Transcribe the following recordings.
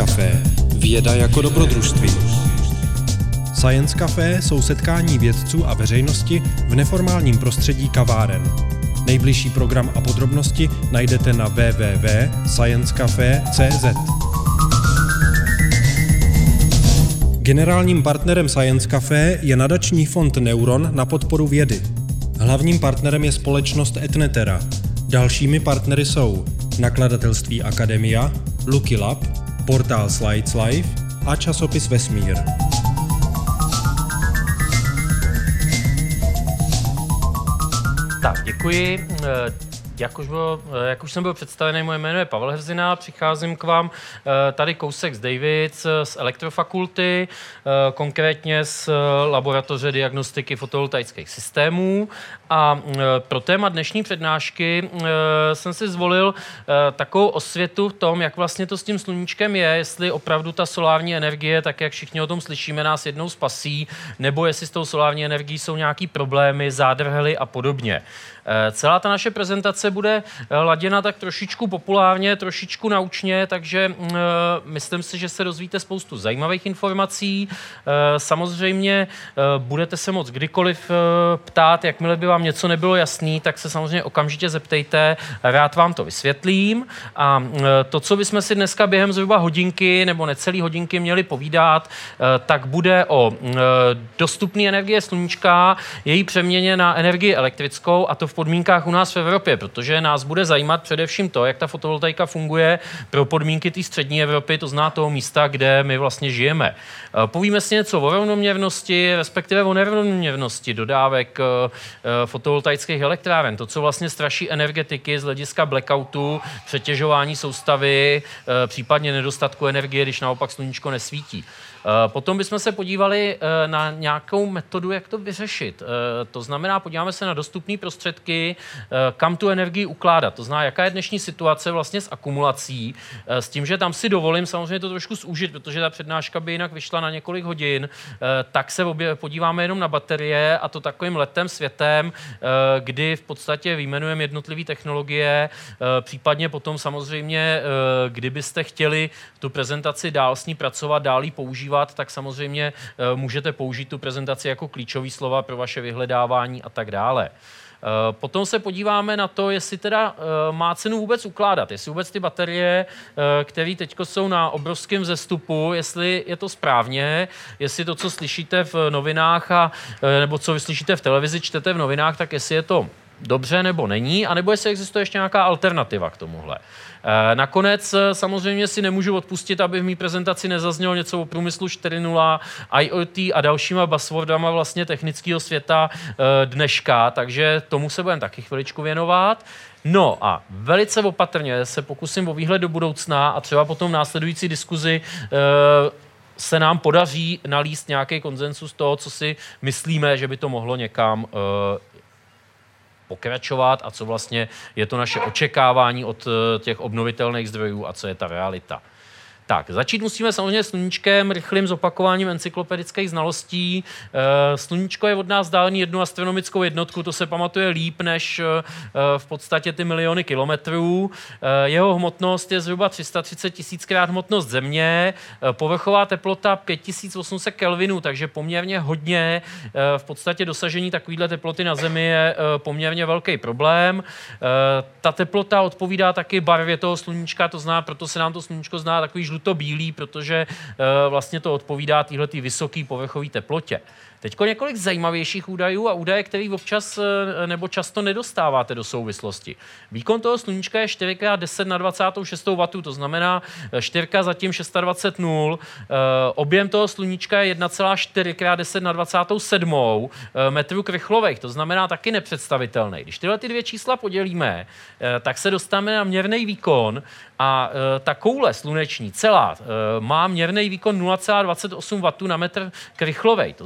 Café. Věda jako dobrodružství. Science Café jsou setkání vědců a veřejnosti v neformálním prostředí kaváren. Nejbližší program a podrobnosti najdete na www.sciencecafe.cz. Generálním partnerem Science Café je nadační fond Neuron na podporu vědy. Hlavním partnerem je společnost Etnetera. Dalšími partnery jsou nakladatelství Akademia, Lucky Lab, portál Slides Live a časopis Vesmír. Tak, děkuji. Jak už jsem byl představený, moje jméno je Pavel Hrzina, přicházím k vám tady kousek z Davids, z elektrofakulty, konkrétně z laboratoře diagnostiky fotovoltaických systémů. A pro téma dnešní přednášky jsem si zvolil takovou osvětu v tom, jak vlastně to s tím sluníčkem je, jestli opravdu ta solární energie, tak jak všichni o tom slyšíme, nás jednou spasí, nebo jestli s tou solární energií jsou nějaký problémy, zádrhely a podobně. Celá ta naše prezentace bude laděna tak trošičku populárně, trošičku naučně, takže myslím si, že se dozvíte spoustu zajímavých informací. Samozřejmě budete se moct kdykoliv ptát, jakmile by vám něco nebylo jasný, tak se samozřejmě okamžitě zeptejte, rád vám to vysvětlím. A to, co bychom si dneska během zhruba hodinky nebo necelý hodinky měli povídat, tak bude o dostupné energie sluníčka, její přeměně na energii elektrickou, a to v podmínkách u nás v Evropě, protože nás bude zajímat především to, jak ta fotovoltaika funguje pro podmínky té střední Evropy, to zná toho místa, kde my vlastně žijeme. Povíme si něco o rovnoměrnosti, respektive o nerovnoměrnosti dodávek fotovoltaických elektráren. To, co vlastně straší energetiky z hlediska blackoutu, přetěžování soustavy, případně nedostatku energie, když naopak sluníčko nesvítí. Potom bychom se podívali na nějakou metodu, jak to vyřešit. To znamená, podíváme se na dostupné prostředky, kam tu energii ukládat. To znamená, jaká je dnešní situace vlastně s akumulací, s tím, že tam si dovolím samozřejmě to trošku zúžit, protože ta přednáška by jinak vyšla na několik hodin, tak se podíváme jenom na baterie, a to takovým letem světem, kdy v podstatě vyjmenujeme jednotlivé technologie, případně potom samozřejmě, kdybyste chtěli tu prezentaci dál s ní pracovat, dál ji používat, tak samozřejmě můžete použít tu prezentaci jako klíčový slova pro vaše vyhledávání a tak dále. Potom se podíváme na to, jestli teda má cenu vůbec ukládat, jestli vůbec ty baterie, které teď jsou na obrovském vzestupu, jestli je to správně, jestli to, co slyšíte v novinách, nebo co vy slyšíte v televizi, čtete v novinách, tak jestli je to dobře nebo není, anebo jestli existuje ještě nějaká alternativa k tomuhle. Nakonec samozřejmě si nemůžu odpustit, aby v mý prezentaci nezaznělo něco o průmyslu 4.0, IoT a dalšíma buzzwordama vlastně technického světa dneška, takže tomu se budeme taky chviličku věnovat. No a velice opatrně se pokusím o výhled do budoucna a třeba potom v následující diskuzi se nám podaří nalíst nějaký konsenzus toho, co si myslíme, že by to mohlo někam pokračovat a co vlastně je to naše očekávání od těch obnovitelných zdrojů a co je ta realita. Tak, začít musíme samozřejmě sluníčkem, rychlým zopakováním encyklopedických znalostí. Sluníčko je od nás vzdálený 1 astronomickou jednotku, to se pamatuje líp než v podstatě ty miliony kilometrů. Jeho hmotnost je zhruba 330 000krát hmotnost Země, povrchová teplota 5800 kelvinů, takže poměrně hodně. V podstatě dosažení takovéhle teploty na Zemi je poměrně velký problém. Ta teplota odpovídá taky barvě toho sluníčka, to znamená, proto se nám to sluníčko zná takový žluto-bílý, protože vlastně to odpovídá téhletý vysoké povrchové teplotě. Teďko několik zajímavějších údajů a údaje, který občas nebo často nedostáváte do souvislosti. Výkon toho sluníčka je 4x10 na 26 W, to znamená 4 zatím 620 nul. Objem toho sluníčka je 1,4x10 na 27 metrů krychlových, to znamená taky nepředstavitelný. Když tyhle ty dvě čísla podělíme, tak se dostaneme na měrný výkon a ta koule sluneční celá má měrný výkon 0,28 W na metr krychlovej. To znamená,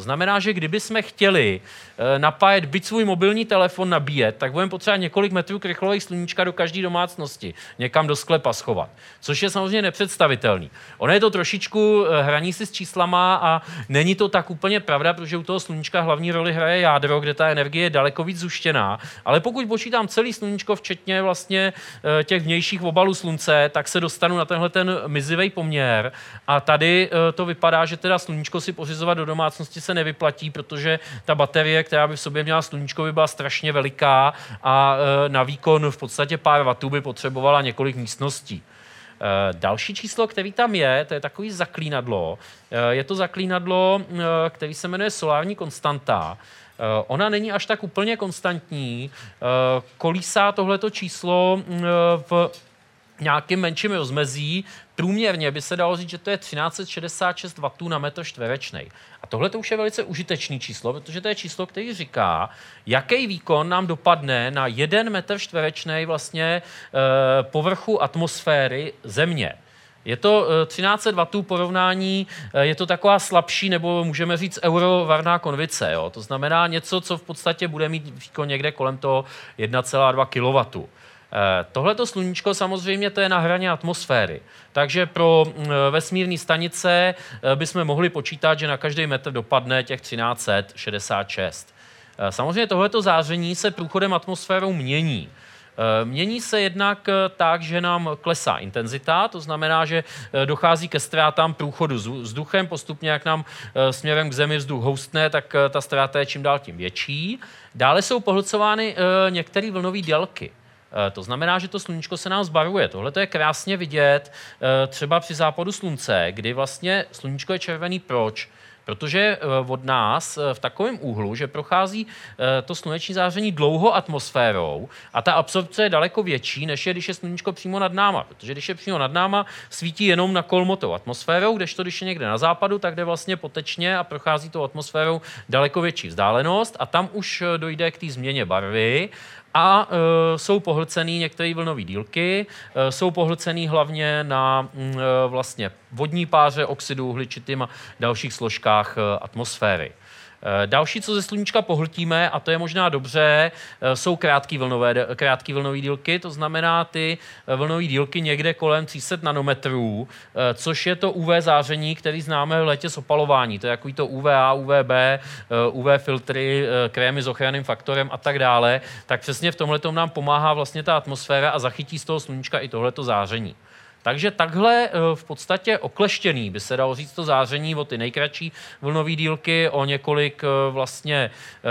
že kdyby jsme chtěli napájet byť svůj mobilní telefon, nabíjet, tak budeme potřebovat několik metrů krychlových sluníčka do každé domácnosti, někam do sklepa schovat, což je samozřejmě nepředstavitelný. Ono je to trošičku hraní si s číslama a není to tak úplně pravda, protože u toho sluníčka hlavní roli hraje jádro, kde ta energie je daleko víc zuštěná, ale pokud počítám celý sluníčko, včetně vlastně těch vnějších obalů slunce, tak se dostanu na tenhle ten mizivý poměr a tady to vypadá, že teda sluníčko si pořizovat do domácnosti se nevyplatí, protože ta baterie, která by v sobě měla sluníčko, by byla strašně veliká a na výkon v podstatě pár wattů by potřebovala několik místností. Další číslo, který tam je, to je takový zaklínadlo. Je to zaklínadlo, který se jmenuje solární konstanta. Ona není až tak úplně konstantní. Kolísá tohleto číslo v nějakým menším rozmezí. Průměrně by se dalo říct, že to je 1366 W na metr čtverečný. A tohle to už je velice užitečný číslo, protože to je číslo, který říká, jaký výkon nám dopadne na 1 metr čtverečný vlastně povrchu atmosféry Země. Je to 1300 W porovnání, je to taková slabší, nebo můžeme říct eurovarná konvice. Jo? To znamená něco, co v podstatě bude mít výkon někde kolem toho 1,2 kW. Tohleto sluníčko samozřejmě to je na hraně atmosféry. Takže pro vesmírné stanice bychom mohli počítat, že na každý metr dopadne těch 1366. Samozřejmě tohleto záření se průchodem atmosférou mění. Mění se jednak tak, že nám klesá intenzita, to znamená, že dochází ke ztrátám průchodu vzduchem, postupně jak nám směrem k Zemi vzduch houstne, tak ta ztráta je čím dál tím větší. Dále jsou pohlcovány některé vlnové délky. To znamená, že to sluníčko se nám zbarvuje. Tohle to je krásně vidět třeba při západu slunce, kdy vlastně sluníčko je červený. Proč? Protože od nás v takovém úhlu, že prochází to sluneční záření dlouho atmosférou a ta absorpce je daleko větší, než je, když je sluníčko přímo nad náma. Protože když je přímo nad náma, svítí jenom na kolmo tou atmosférou, kdežto když je někde na západu, tak jde vlastně potečně a prochází tou atmosférou daleko větší vzdálenost a tam už dojde k té změně barvy. A jsou pohlcený některé vlnové dílky, jsou pohlcený hlavně na vlastně vodní páře, oxidu uhličitým a dalších složkách atmosféry. Další, co ze sluníčka pohltíme, a to je možná dobře, jsou krátké vlnové dílky, to znamená ty vlnové dílky někde kolem 300 nanometrů, což je to UV záření, který známe v létě z opalování. To je takový to UVA, UVB, UV filtry, krémy s ochranným faktorem a tak dále. Tak přesně v tomhletom nám pomáhá vlastně ta atmosféra a zachytí z toho sluníčka i tohleto záření. Takže takhle v podstatě okleštěný by se dalo říct to záření o ty nejkratší vlnové dílky, o několik vlastně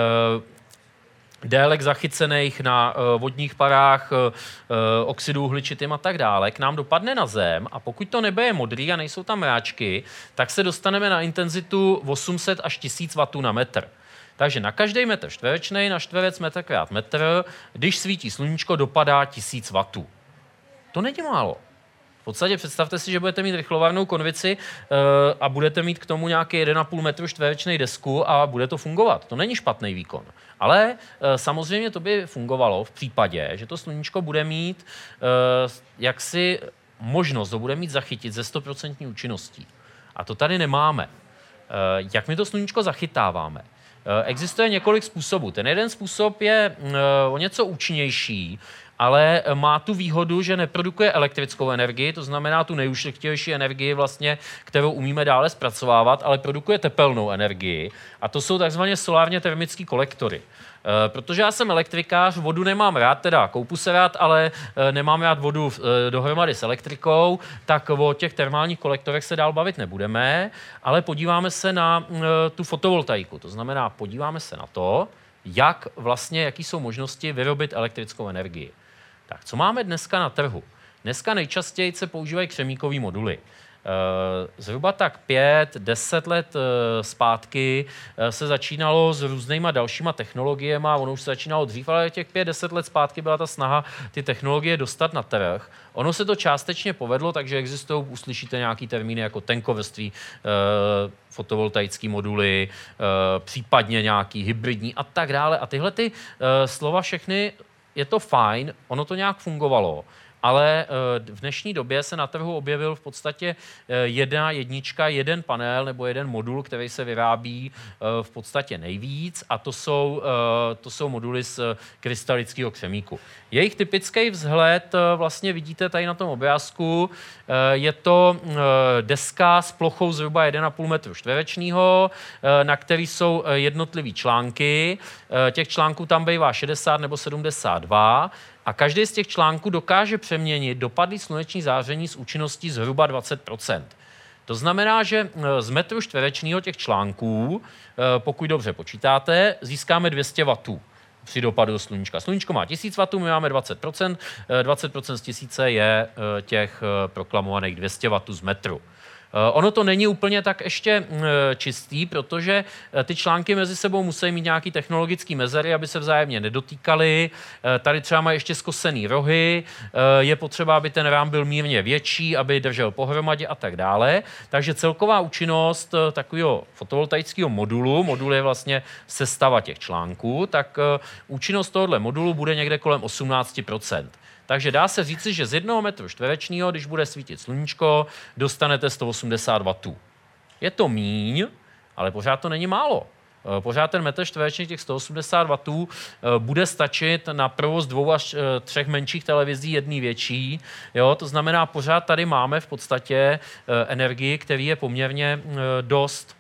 délek zachycených na vodních parách, oxidu uhličitým a tak dále, k nám dopadne na Zem a pokud to nebe je modrý a nejsou tam mráčky, tak se dostaneme na intenzitu 800 až 1000 W na metr. Takže na každý metr čtverečný, na čtverec metr krát metr, když svítí sluníčko, dopadá 1000 W. To není málo. V podstatě představte si, že budete mít rychlovarnou konvici a budete mít k tomu nějaký 1,5 metru čtverečnej desku a bude to fungovat. To není špatný výkon. Ale samozřejmě to by fungovalo v případě, že to sluníčko bude mít jaksi možnost, to bude mít zachytit ze 100% účinností. A to tady nemáme. Jak my to sluníčko zachytáváme? Existuje několik způsobů. Ten jeden způsob je o něco účinnější, ale má tu výhodu, že neprodukuje elektrickou energii, to znamená tu nejušlechtilejší energii, vlastně, kterou umíme dále zpracovávat, ale produkuje tepelnou energii. A to jsou takzvaně solárně termické kolektory. Protože já jsem elektrikář, vodu nemám rád, teda koupu se rád, ale nemám rád vodu dohromady s elektrikou, tak o těch termálních kolektorech se dál bavit nebudeme, ale podíváme se na tu fotovoltaiku. To znamená, podíváme se na to, jaký jsou možnosti vyrobit elektrickou energii. Tak, co máme dneska na trhu? Dneska nejčastěji se používají křemíkové moduly. Zhruba tak 5-10 let zpátky se začínalo s různýma dalšíma technologiemi, ono už se začínalo dřív, ale těch 5-10 let zpátky byla ta snaha ty technologie dostat na trh. Ono se to částečně povedlo, takže existují, uslyšíte nějaký termíny jako tenkovrství, fotovoltaické moduly, případně nějaký hybridní a tak dále. A tyhle ty slova všechny, je to fajn, ono to nějak fungovalo. ale v dnešní době se na trhu objevil v podstatě jeden panel nebo jeden modul, který se vyrábí v podstatě nejvíc, a to jsou moduly z krystalického křemíku. Jejich typický vzhled vlastně vidíte tady na tom obrázku. Je to deska s plochou zhruba 1,5 metru čtverečního, na který jsou jednotlivý články. Těch článků tam bývá 60 nebo 72 a každý z těch článků dokáže přeměnit dopadlý sluneční záření s účinností zhruba 20%. To znamená, že z metru čtverečního těch článků, pokud dobře počítáte, získáme 200 W při dopadu do sluníčka. Sluníčko má 1000 W, my máme 20%, 20% z 1000 je těch proklamovaných 200 W z metru. Ono to není úplně tak ještě čistý, protože ty články mezi sebou musí mít nějaký technologický mezery, aby se vzájemně nedotýkaly. Tady třeba mají ještě skosený rohy, je potřeba, aby ten rám byl mírně větší, aby držel pohromadě a tak dále. Takže celková účinnost takového fotovoltaického modul je vlastně sestava těch článků, tak účinnost tohoto modulu bude někde kolem 18%. Takže dá se říci, že z 1 metru čtverečního, když bude svítit sluníčko, dostanete 180 W. Je to míň, ale pořád to není málo. Pořád ten metr čtvereční těch 180 W bude stačit na provoz 2 až 3 menších televizí, jedný větší. Jo, to znamená, pořád tady máme v podstatě energii, který je poměrně dost.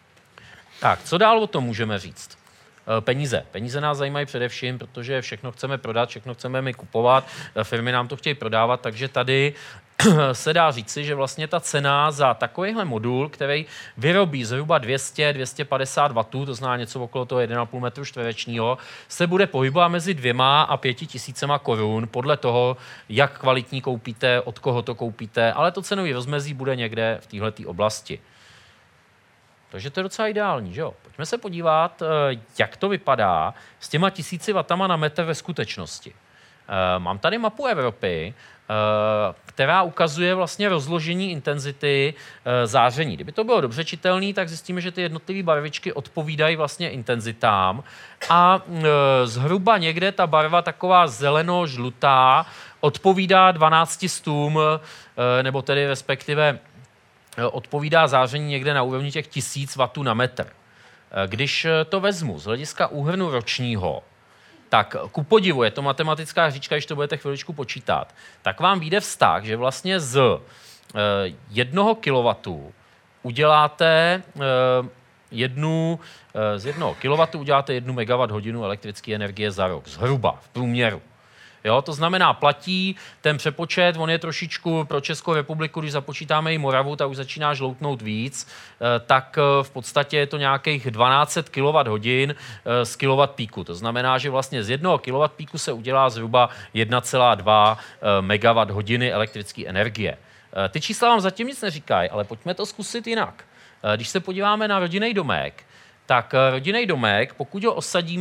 Tak, co dál o tom můžeme říct? Peníze. Peníze nás zajímají především, protože všechno chceme prodat, všechno chceme my kupovat, firmy nám to chtějí prodávat, takže tady se dá říci, že vlastně ta cena za takovýhle modul, který vyrobí zhruba 200-250 W, to znamená něco okolo toho 1,5 metru čtverečního, se bude pohybovat mezi 2 a 5 tisícema korun podle toho, jak kvalitní koupíte, od koho to koupíte, ale to cenový rozmezí bude někde v této oblasti. Takže to je docela ideální, že jo? Pojďme se podívat, jak to vypadá s těma 1000 W na metr ve skutečnosti. Mám tady mapu Evropy, která ukazuje vlastně rozložení intenzity záření. Kdyby to bylo dobře čitelné, tak zjistíme, že ty jednotlivé barvičky odpovídají vlastně intenzitám a zhruba někde ta barva taková zeleno-žlutá odpovídá 12 stům, nebo tedy respektive odpovídá záření někde na úrovni těch 1000 W na metr. Když to vezmu z hlediska úhrnu ročního, tak ku podivu, je to matematická hříčka, když to budete chviličku počítat, tak vám vyjde vztah, že vlastně z 1 kW uděláte z 1 kW uděláte 1 MWh elektrické energie za rok, zhruba v průměru. Jo, to znamená, platí ten přepočet, on je trošičku pro Českou republiku, když započítáme i Moravu, tak už začíná žloutnout víc, tak v podstatě je to nějakých 1200 kWh z kWp. To znamená, že vlastně z 1 kWp se udělá zhruba 1,2 MWh elektrické energie. Ty čísla vám zatím nic neříkají, ale pojďme to zkusit jinak. Když se podíváme na rodinný domek, tak rodinný domek, pokud ho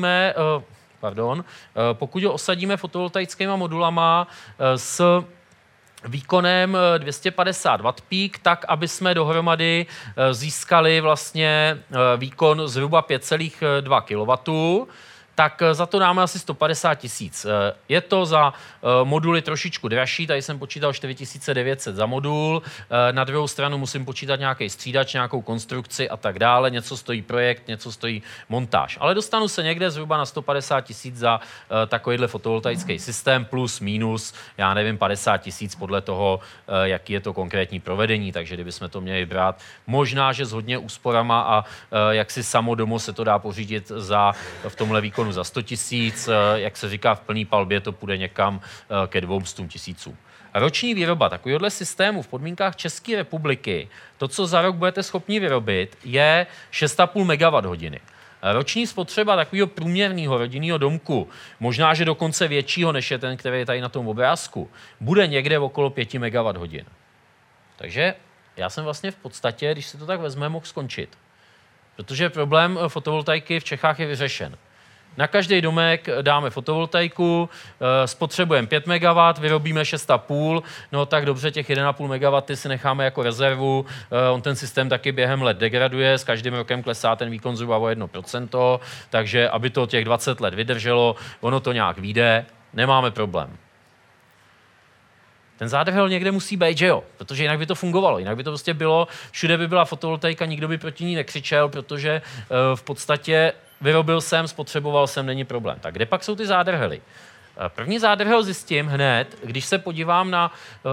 osadíme fotovoltaickými modulama s výkonem 250 W peak, tak aby jsme dohromady získali vlastně výkon zhruba 5,2 kW, tak za to dáme asi 150 000. Je to za moduly trošičku dražší, tady jsem počítal 4900 za modul, na druhou stranu musím počítat nějaký střídač, nějakou konstrukci a tak dále, něco stojí projekt, něco stojí montáž. Ale dostanu se někde zhruba na 150 000 za takovýhle fotovoltaický systém, plus, minus, já nevím, 50 000 podle toho, jaký je to konkrétní provedení, takže kdybychom to měli brát, možná, že s hodně úsporama a jak si samo domo se to dá pořídit v tomhle výkonu za 100 000, jak se říká v plný palbě, to půjde někam ke 200 000. Roční výroba takovéhohle systému v podmínkách České republiky, to, co za rok budete schopni vyrobit, je 6,5 MWh. Roční spotřeba takového průměrného rodinného domku, možná, že dokonce většího, než je ten, který je tady na tom obrázku, bude někde okolo 5 MWh. Takže já jsem vlastně v podstatě, když se to tak vezme, mohl skončit. Protože problém fotovoltaiky v Čechách je vyřešen. Na každý domek dáme fotovoltaiku, spotřebujeme 5 MW, vyrobíme 6,5, no tak dobře, těch 1,5 MW si necháme jako rezervu, on ten systém taky během let degraduje, s každým rokem klesá ten výkon zhruba o 1%, takže aby to těch 20 let vydrželo, ono to nějak vyjde, nemáme problém. Ten zádrhel někde musí být, že jo? Protože jinak by to fungovalo, jinak by to prostě bylo, všude by byla fotovoltaika, nikdo by proti ní nekřičel, protože v podstatě vyrobil jsem, spotřeboval jsem, není problém. Tak kde pak jsou ty zádrhely? První zádrhel zjistím hned, když se podívám na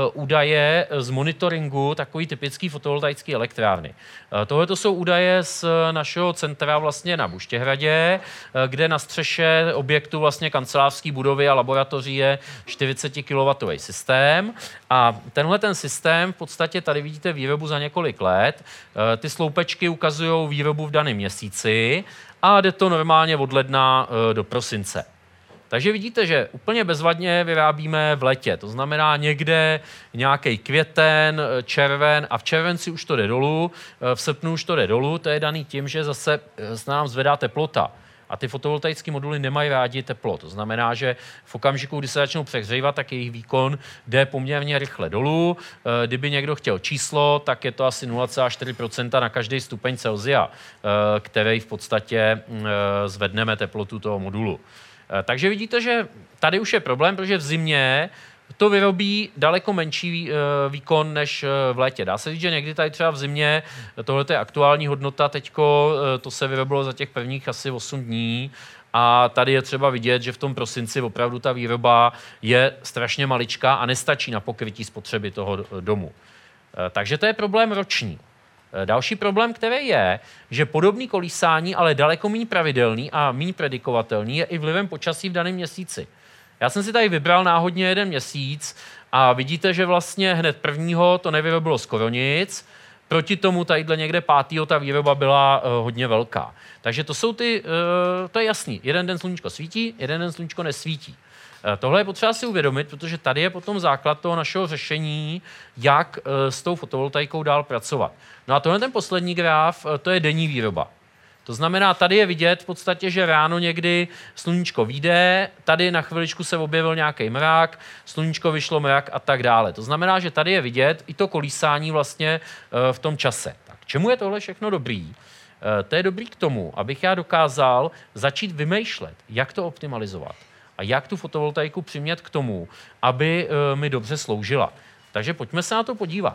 údaje z monitoringu takový typický fotovoltaický elektrárny. Tohle to jsou údaje z našeho centra vlastně na Buštěhradě, kde na střeše objektu vlastně kancelářské budovy a laboratoří je 40 kW systém. A tenhle ten systém, v podstatě tady vidíte výrobu za několik let. Ty sloupečky ukazují výrobu v daném měsíci a jde to normálně od ledna do prosince. Takže vidíte, že úplně bezvadně vyrábíme v létě. To znamená někde nějaký květen, červen a v červenci už to jde dolů, v srpnu už to jde dolů. To je daný tím, že zase se nám zvedá teplota. A ty fotovoltaické moduly nemají rádi teplo. To znamená, že v okamžiku, kdy se začnou přehřívat, tak jejich výkon jde poměrně rychle dolů. Kdyby někdo chtěl číslo, tak je to asi 0,4% na každý stupeň Celsia, který v podstatě zvedneme teplotu toho modulu. Takže vidíte, že tady už je problém, protože v zimě to vyrobí daleko menší výkon než v létě. Dá se říct, že někdy tady třeba v zimě, tohle je aktuální hodnota, teďko to se vyrobilo za těch prvních asi 8 dní a tady je třeba vidět, že v tom prosinci opravdu ta výroba je strašně maličká a nestačí na pokrytí spotřeby toho domu. Takže to je problém roční. Další problém, který je, že podobný kolísání, ale daleko méně pravidelný a méně predikovatelný, je i vlivem počasí v daném měsíci. Já jsem si tady vybral náhodně jeden měsíc a vidíte, že vlastně hned prvního to nevyrobilo skoro nic, proti tomu tadyhle někde 5. ta výroba byla hodně velká. Takže to jsou to je jasný. Jeden den sluníčko svítí, jeden den sluníčko nesvítí. Tohle je potřeba si uvědomit, protože tady je potom základ toho našeho řešení, jak s tou fotovoltaikou dál pracovat. No a tohle ten poslední graf, to je denní výroba. To znamená, tady je vidět v podstatě, že ráno někdy sluníčko vyjde, tady na chviličku se objevil nějaký mrak, sluníčko vyšlo mrak a tak dále. To znamená, že tady je vidět i to kolísání vlastně v tom čase. Tak čemu je tohle všechno dobrý? To je dobrý k tomu, abych já dokázal začít vymýšlet, jak to optimalizovat a jak tu fotovoltaiku přimět k tomu, aby mi dobře sloužila. Takže pojďme se na to podívat.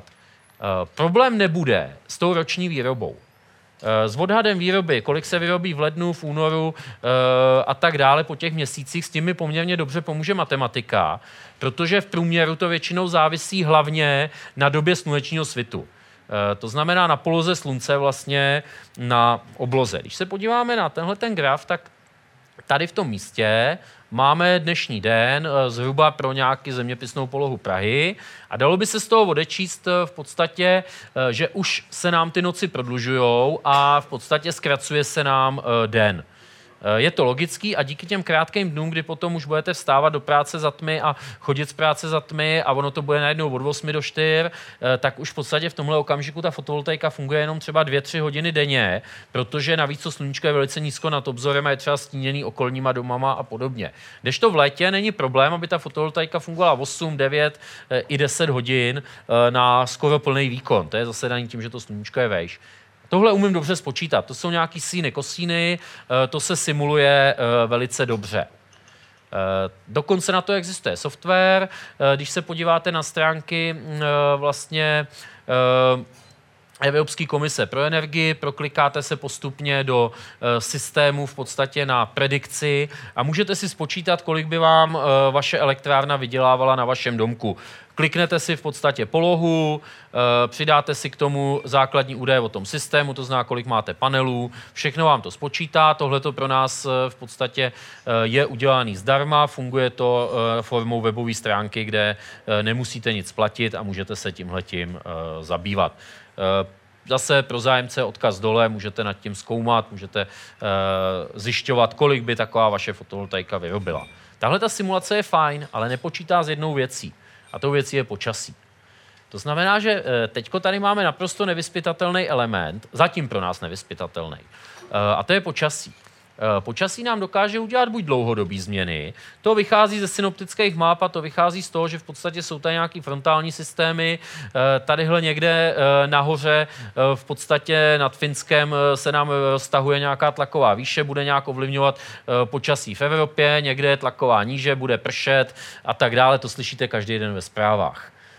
Problém nebude s tou roční výrobou. S odhadem výroby, kolik se vyrobí v lednu, v únoru a tak dále po těch měsících, s tím mi poměrně dobře pomůže matematika, protože v průměru to většinou závisí hlavně na době slunečního svitu. To znamená na poloze slunce vlastně na obloze. Když se podíváme na tenhle ten graf, tak tady v tom místě máme dnešní den zhruba pro nějaký zeměpisnou polohu Prahy a dalo by se z toho odečíst v podstatě, že už se nám ty noci prodlužujou a v podstatě zkracuje se nám den. Je to logický a díky těm krátkým dnům, kdy potom už budete vstávat do práce za tmy a chodit z práce za tmy a ono to bude najednou od 8 do 4, tak už v podstatě v tomhle okamžiku ta fotovoltaika funguje jenom třeba 2-3 hodiny denně, protože navíc to sluníčko je velice nízko nad obzorem a je třeba stíněný okolníma domama a podobně. Kdežto v létě není problém, aby ta fotovoltaika fungovala 8, 9 i 10 hodin na skoro plný výkon. To je zase daný tím, že to sluníčko je vejš. Tohle umím dobře spočítat. To jsou nějaký síny, kosíny, to se simuluje velice dobře. Dokonce na to existuje software. Když se podíváte na stránky vlastně Evropské komise pro energii, proklikáte se postupně do systému v podstatě na predikci a můžete si spočítat, kolik by vám vaše elektrárna vydělávala na vašem domku. Kliknete si v podstatě polohu, přidáte si k tomu základní údaje o tom systému, to znamená, kolik máte panelů, všechno vám to spočítá, tohle to pro nás v podstatě je udělaný zdarma, funguje to formou webové stránky, kde nemusíte nic platit a můžete se tímhletím zabývat. Zase pro zájemce odkaz dole, můžete nad tím zkoumat, můžete zjišťovat, kolik by taková vaše fotovoltaika vyrobila. Tahle ta simulace je fajn, ale nepočítá s jednou věcí. A tou věcí je počasí. To znamená, že teďko tady máme naprosto nevyzpytatelný element, zatím pro nás nevyzpytatelný, a to je počasí. Počasí nám dokáže udělat buď dlouhodobý změny, to vychází ze synoptických map a to vychází z toho, že v podstatě jsou tady nějaký frontální systémy, tadyhle někde nahoře v podstatě nad Finskem se nám roztahuje nějaká tlaková výše, bude nějak ovlivňovat počasí v Evropě, někde je tlaková níže, bude pršet a tak dále, to slyšíte každý den ve zprávách.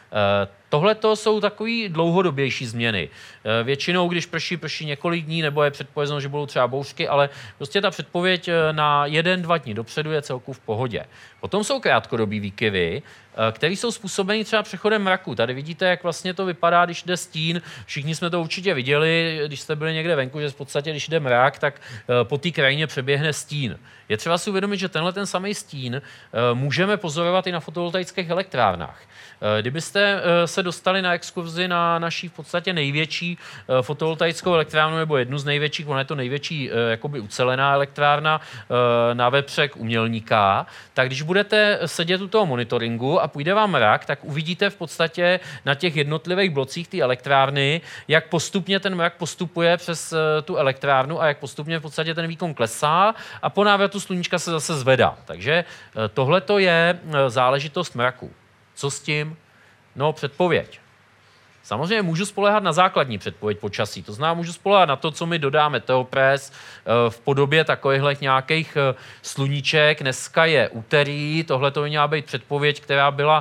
Tohle to jsou takové dlouhodobější změny. Většinou, když prší několik dní, nebo je předpovězeno, že budou třeba bouřky, ale prostě ta předpověď na 1-2 dny dopředu je celku v pohodě. Potom jsou krátkodobý výkyvy, které jsou způsobeny třeba přechodem mraku. Tady vidíte, jak vlastně to vypadá, když jde stín. Všichni jsme to určitě viděli, když jste byli někde venku, že v podstatě, když jde mrak, tak po té krajině přeběhne stín. Je třeba si uvědomit, že tenhle ten samý stín můžeme pozorovat i na fotovoltaických elektrárnách. Kdybyste se dostali na exkurzi na naší v podstatě největší fotovoltaickou elektrárnu, nebo jednu z největších, ona je to největší jakoby ucelená elektrárna na Vepřek Umělníka, tak když budete sedět u toho monitoringu a půjde vám mrak, tak uvidíte v podstatě na těch jednotlivých blocích té elektrárny, jak postupně ten mrak postupuje přes tu elektrárnu a jak postupně v podstatě ten výkon klesá a po návratu sluníčka se zase zvedá. Takže tohle to je záležitost mraku. Co s tím? No, předpověď. Samozřejmě můžu spoléhat na základní předpověď počasí. To znamená, můžu spoléhat na to, co mi dodá Meteopress v podobě takovýchhle nějakých sluníček. Dneska je úterý, tohle to by měla být předpověď, která byla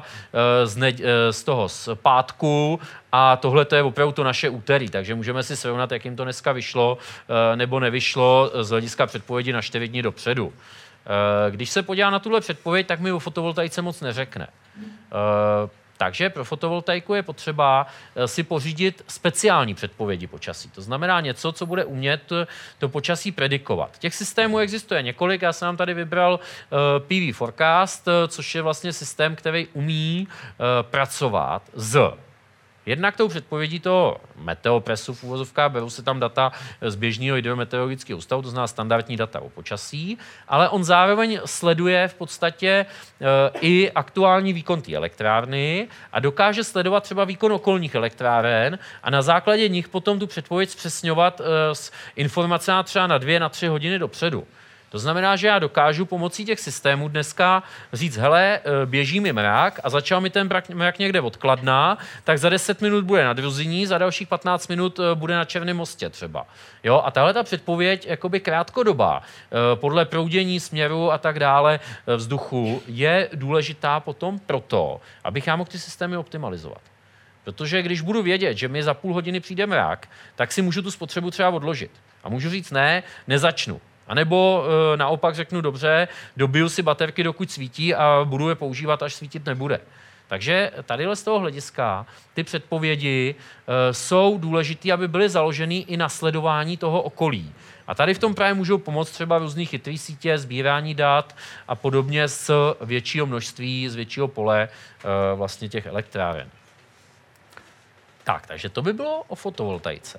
z pátku a tohle to je opravdu to naše úterý. Takže můžeme si srovnat, jak jim to dneska vyšlo nebo nevyšlo z hlediska předpovědi na 4 dny dopředu. Když se podívá na tuhle předpověď, tak mi o fotovoltaice moc neřekne. Takže pro fotovoltaiku je potřeba si pořídit speciální předpovědi počasí. To znamená něco, co bude umět to počasí predikovat. Těch systémů existuje několik, já jsem vám tady vybral PV Forecast, což je vlastně systém, který umí pracovat jednak tou předpovědí toho Meteopressu v uvozovkách, berou se tam data z běžného hydrometeorologického ústavu, to znamená standardní data o počasí, ale on zároveň sleduje v podstatě i aktuální výkon té elektrárny a dokáže sledovat třeba výkon okolních elektráren a na základě nich potom tu předpověď zpřesňovat s informacemi třeba na 2-3 hodiny dopředu. To znamená, že já dokážu pomocí těch systémů dneska říct, hele, běží mi mrak a začal mi ten mrak někde odkladná, tak za 10 minut bude na Druziní, za dalších 15 minut bude na Černém mostě třeba. Jo? A tahle ta předpověď jakoby krátkodobá, podle proudění směru a tak dále vzduchu, je důležitá potom proto, abych já mohl ty systémy optimalizovat. Protože když budu vědět, že mi za půl hodiny přijde mrak, tak si můžu tu spotřebu třeba odložit. A můžu říct ne, nezačnu. A nebo naopak řeknu dobře, dobiju si baterky, dokud svítí a budu je používat, až svítit nebude. Takže tadyhle z toho hlediska ty předpovědi jsou důležité, aby byly založeny i na sledování toho okolí. A tady v tom právě můžou pomoct třeba různý chytrý sítě, sbírání dat a podobně z většího množství, z většího pole vlastně těch elektráren. Tak, takže to by bylo o fotovoltaice.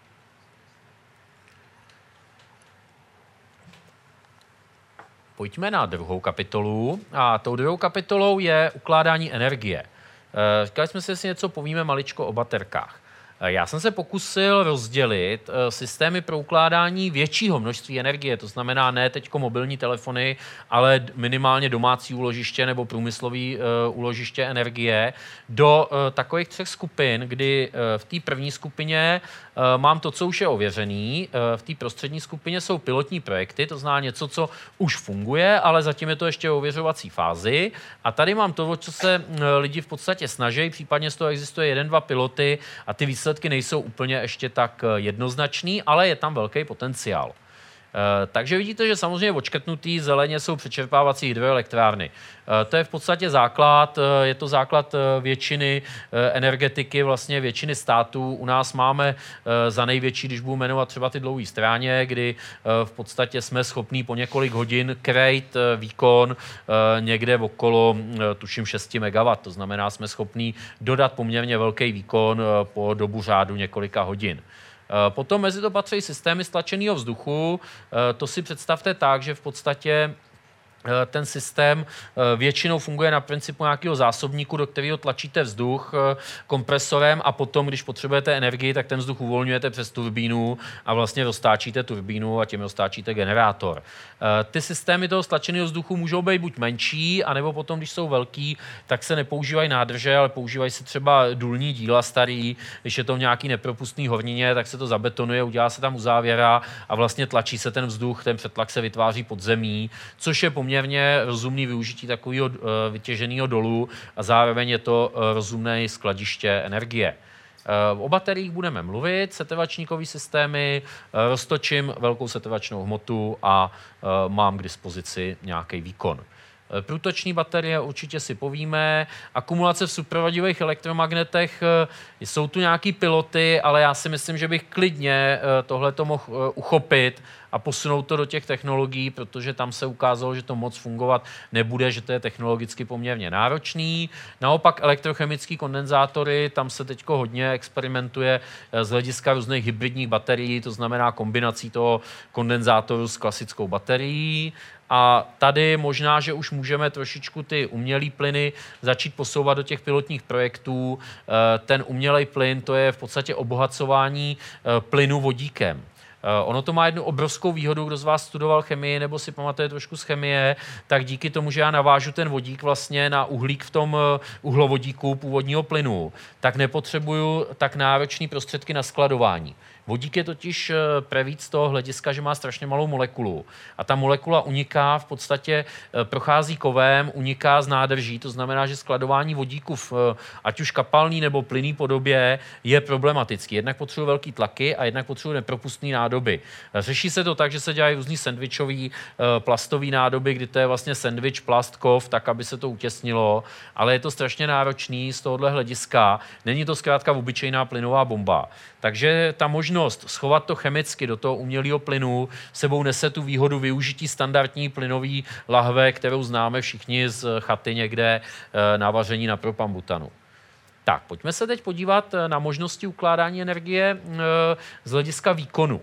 Pojďme na druhou kapitolu a tou druhou kapitolou je ukládání energie. Říkali jsme si, jestli něco povíme maličko o baterkách. Já jsem se pokusil rozdělit systémy pro ukládání většího množství energie, to znamená ne teďko mobilní telefony, ale minimálně domácí úložiště nebo průmyslový úložiště energie do takových 3 skupin, kdy v té první skupině mám to, co už je ověřený, v té prostřední skupině jsou pilotní projekty, to znamená něco, co už funguje, ale zatím je to ještě v ověřovací fázi. A tady mám to, co se lidi v podstatě snaží, případně z toho existuje 1-2 piloty a ty výsledky nejsou úplně ještě tak jednoznačný, ale je tam velký potenciál. Takže vidíte, že samozřejmě odškrtnutý zeleně jsou přečerpávací hydroelektrárny. To je v podstatě základ, je to základ většiny energetiky, vlastně většiny států. U nás máme za největší, když budu jmenovat třeba ty dlouhé stráně, kdy v podstatě jsme schopní po několik hodin krejt výkon někde okolo, tuším 6 MW. To znamená, jsme schopní dodat poměrně velký výkon po dobu řádu několika hodin. Potom mezi to patří systémy stlačeného vzduchu. To si představte tak, že v podstatě ten systém většinou funguje na principu nějakého zásobníku, do kterého tlačíte vzduch kompresorem a potom, když potřebujete energii, tak ten vzduch uvolňujete přes turbínu a vlastně roztáčíte turbínu a tím roztáčíte generátor. Ty systémy toho stlačeného vzduchu můžou být buď menší, anebo potom, když jsou velký, tak se nepoužívají nádrže, ale používají se třeba důlní díla starý. Když je to v nějaký nepropustný hornině, tak se to zabetonuje, udělá se tam uzávěra a vlastně tlačí se ten vzduch, ten přetlak se vytváří pod zemí, což je poměrně poměrně rozumný využití takového vytěženého dolu a zároveň je to rozumné skladiště energie. O bateriích budeme mluvit, setrvačníkové systémy, roztočím velkou setrvačnou hmotu a mám k dispozici nějaký výkon. Průtoční baterie určitě si povíme. Akumulace v supravodivých elektromagnetech, jsou tu nějaký piloty, ale já si myslím, že bych klidně tohleto mohl uchopit a posunout to do těch technologií, protože tam se ukázalo, že to moc fungovat nebude, že to je technologicky poměrně náročný. Naopak elektrochemické kondenzátory, tam se teď hodně experimentuje z hlediska různých hybridních baterií, to znamená kombinací toho kondenzátoru s klasickou baterií. A tady možná, že už můžeme trošičku ty umělé plyny začít posouvat do těch pilotních projektů. Ten umělej plyn, to je v podstatě obohacování plynu vodíkem. Ono to má jednu obrovskou výhodu, kdo z vás studoval chemii nebo si pamatuje trošku z chemie, tak díky tomu, že já navážu ten vodík vlastně na uhlík v tom uhlovodíku původního plynu, tak nepotřebuju tak náročné prostředky na skladování. Vodík je totiž prevíc z toho hlediska, že má strašně malou molekulu. A ta molekula uniká, v podstatě prochází kovem, uniká z nádrží, to znamená, že skladování vodíku v ať už kapalný nebo plynný podobě je problematický. Jednak potřebuje velký tlaky a jednak potřebuje nepropustné nádoby. Řeší se to tak, že se dělají různý sendvičový plastový nádoby, kdy to je vlastně sendvič, plast, kov, tak, aby se to utěsnilo, ale je to strašně náročný z tohohle hlediska. Není to zkrátka obyčejná plynová bomba. Takže ta možnost schovat to chemicky do toho umělého plynu sebou nese tu výhodu využití standardní plynové lahve, kterou známe všichni z chaty někde na vaření na propambutanu. Tak, pojďme se teď podívat na možnosti ukládání energie z hlediska výkonu.